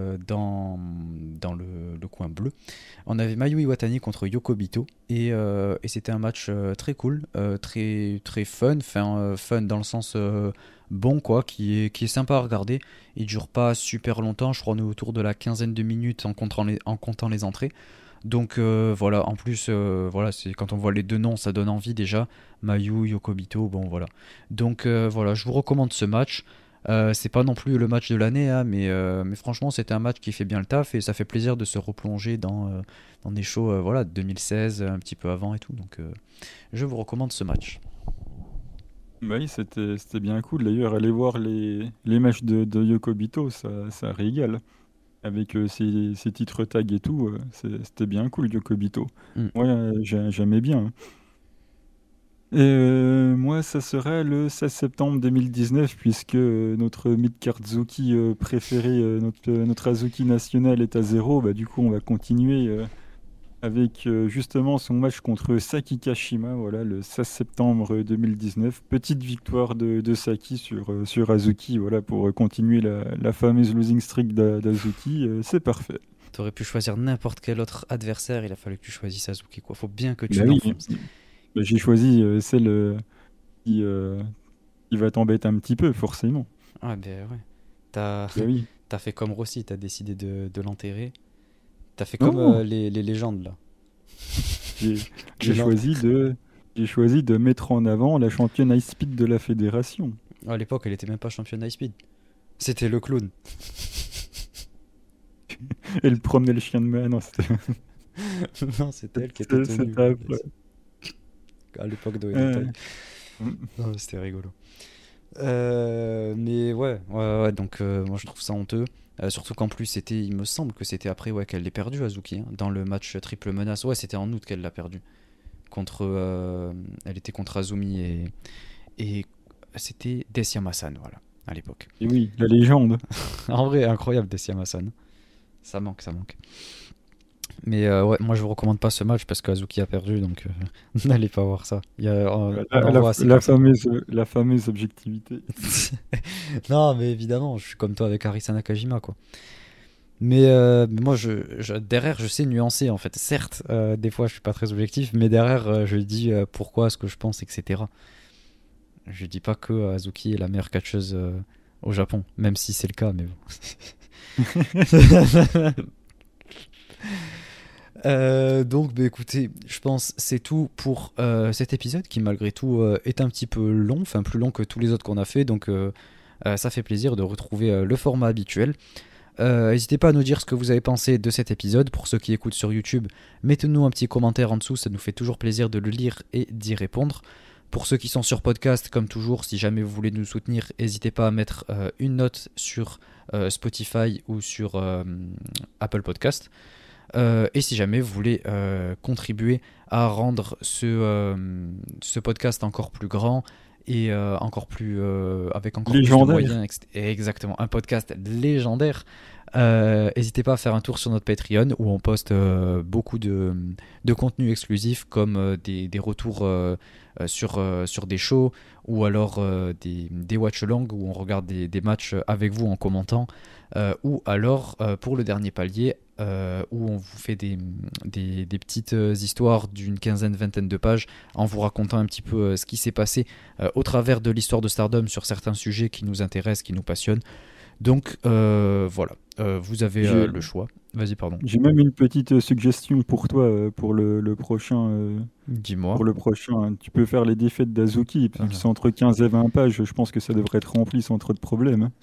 dans le coin bleu. On avait Mayu Iwatani contre Yoko Bito, et c'était un match très cool, très, très fun, fun dans le sens bon, quoi, qui est sympa à regarder. Il dure pas super longtemps, je crois on est autour de la quinzaine de minutes en comptant les entrées. Donc voilà, en plus, voilà, c'est, quand on voit les deux noms, ça donne envie déjà. Mayu, Yokobito, bon voilà. Donc voilà, je vous recommande ce match. C'est pas non plus le match de l'année, hein, mais franchement, c'était un match qui fait bien le taf et ça fait plaisir de se replonger dans des shows voilà, de 2016, un petit peu avant et tout. Donc je vous recommande ce match. Bah oui, c'était bien cool. D'ailleurs, aller voir les matchs de Yokobito, ça régale. Avec ses titres tags et tout, c'était bien cool, Yokobito. Mm. Moi, j'aimais bien, hein. Et moi, ça serait le 16 septembre 2019, puisque notre Midcard-Zuki préféré, notre Azuki national est à zéro. Bah, du coup, on va continuer avec justement son match contre Saki Kashima, voilà, le 16 septembre 2019. Petite victoire de Saki sur Azuki, voilà, pour continuer la fameuse losing streak d'Azuki. C'est parfait. T'aurais pu choisir n'importe quel autre adversaire, il a fallu que tu choisisses Azuki, quoi. Faut bien que Bah tu oui, l'enfonces. bah, j'ai choisi celle qui, euh, qui va t'embêter un petit peu, forcément. Ah ben ouais. T'as, Bah oui. t'as fait comme Rossi, t'as décidé de l'enterrer. T'as fait comme Non, les légendes là. j'ai Tu j'ai l'as. choisi de mettre en avant la championne high speed de la fédération. À l'époque, elle était même pas championne high speed. C'était le clown. Elle promenait le chien de main. Non, Non, c'était elle qui était tenue. c'était affreux. À l'époque de Euh, Hentai. Non, c'était rigolo. Mais ouais, donc moi je trouve ça honteux. Surtout qu'en plus, il me semble que c'était après ouais, qu'elle l'ait perdu, Azuki, hein, dans le match triple menace. Ouais, c'était en août qu'elle l'a perdu. Elle était contre Azumi et c'était Desiamasan, voilà, à l'époque. et oui, la légende. En vrai, incroyable, Desiamasan. Ça manque, ça manque. Mais ouais, moi je vous recommande pas ce match parce qu'Azuki a perdu, donc n'allez pas voir ça. On La, en la- voit assez la comme ça. fameuse objectivité. Non, mais évidemment, je suis comme toi avec Arisa Nakajima, quoi. Mais moi, derrière, je sais nuancer, en fait. Certes, des fois, je suis pas très objectif, mais derrière, je dis pourquoi, ce que je pense, etc. Je dis pas que Azuki est la meilleure catcheuse au Japon, même si c'est le cas, mais bon. Donc, bah, écoutez, je pense c'est tout pour cet épisode qui, malgré tout, est un petit peu long, enfin plus long que tous les autres qu'on a fait, donc ça fait plaisir de retrouver le format habituel. N'hésitez pas à nous dire ce que vous avez pensé de cet épisode. Pour ceux qui écoutent sur YouTube, mettez-nous un petit commentaire en dessous, ça nous fait toujours plaisir de le lire et d'y répondre. Pour ceux qui sont sur podcast, comme toujours, si jamais vous voulez nous soutenir, n'hésitez pas à mettre une note sur Spotify ou sur Apple Podcast. Et si jamais vous voulez contribuer à rendre ce podcast encore plus grand et encore plus avec encore plus de Légendaire. moyens, exactement, un podcast légendaire, n'hésitez pas à faire un tour sur notre Patreon où on poste beaucoup de contenu exclusif comme des retours sur des shows ou alors des watch-alongs où on regarde des matchs avec vous en commentant, ou alors pour le dernier palier où on vous fait des petites histoires d'une quinzaine, vingtaine de pages en vous racontant un petit peu ce qui s'est passé au travers de l'histoire de Stardom sur certains sujets qui nous intéressent, qui nous passionnent. Donc voilà, vous avez J'ai le choix. Vas-y, pardon. j'ai même une petite suggestion pour toi pour le prochain. Dis-moi. Pour le prochain, hein. Tu peux faire les défaites d'Azuki, Ah puis là. c'est entre 15 et 20 pages. Je pense que ça devrait être rempli sans trop de problèmes, hein.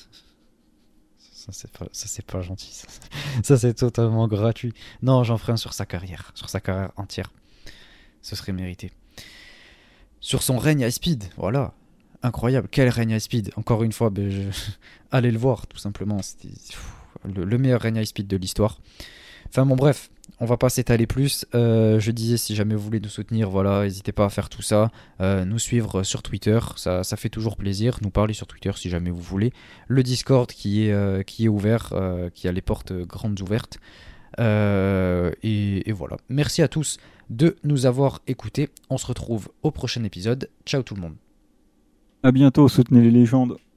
Ça, c'est pas gentil. Ça, c'est totalement gratuit. Non, j'en ferai un sur sa carrière entière. Ce serait mérité. Sur son règne high speed, voilà. Incroyable, quel règne high speed. Encore une fois, allez le voir, tout simplement. C'était le meilleur règne high speed de l'histoire. Enfin bon, bref, On va pas s'étaler plus. Je disais, si jamais vous voulez nous soutenir, voilà, n'hésitez pas à faire tout ça. Nous suivre sur Twitter, ça fait toujours plaisir. Nous parler sur Twitter si jamais vous voulez. Le Discord qui est ouvert, qui a les portes grandes ouvertes. Et voilà. Merci à tous de nous avoir écoutés. On se retrouve au prochain épisode. Ciao tout le monde. À bientôt, soutenez les légendes.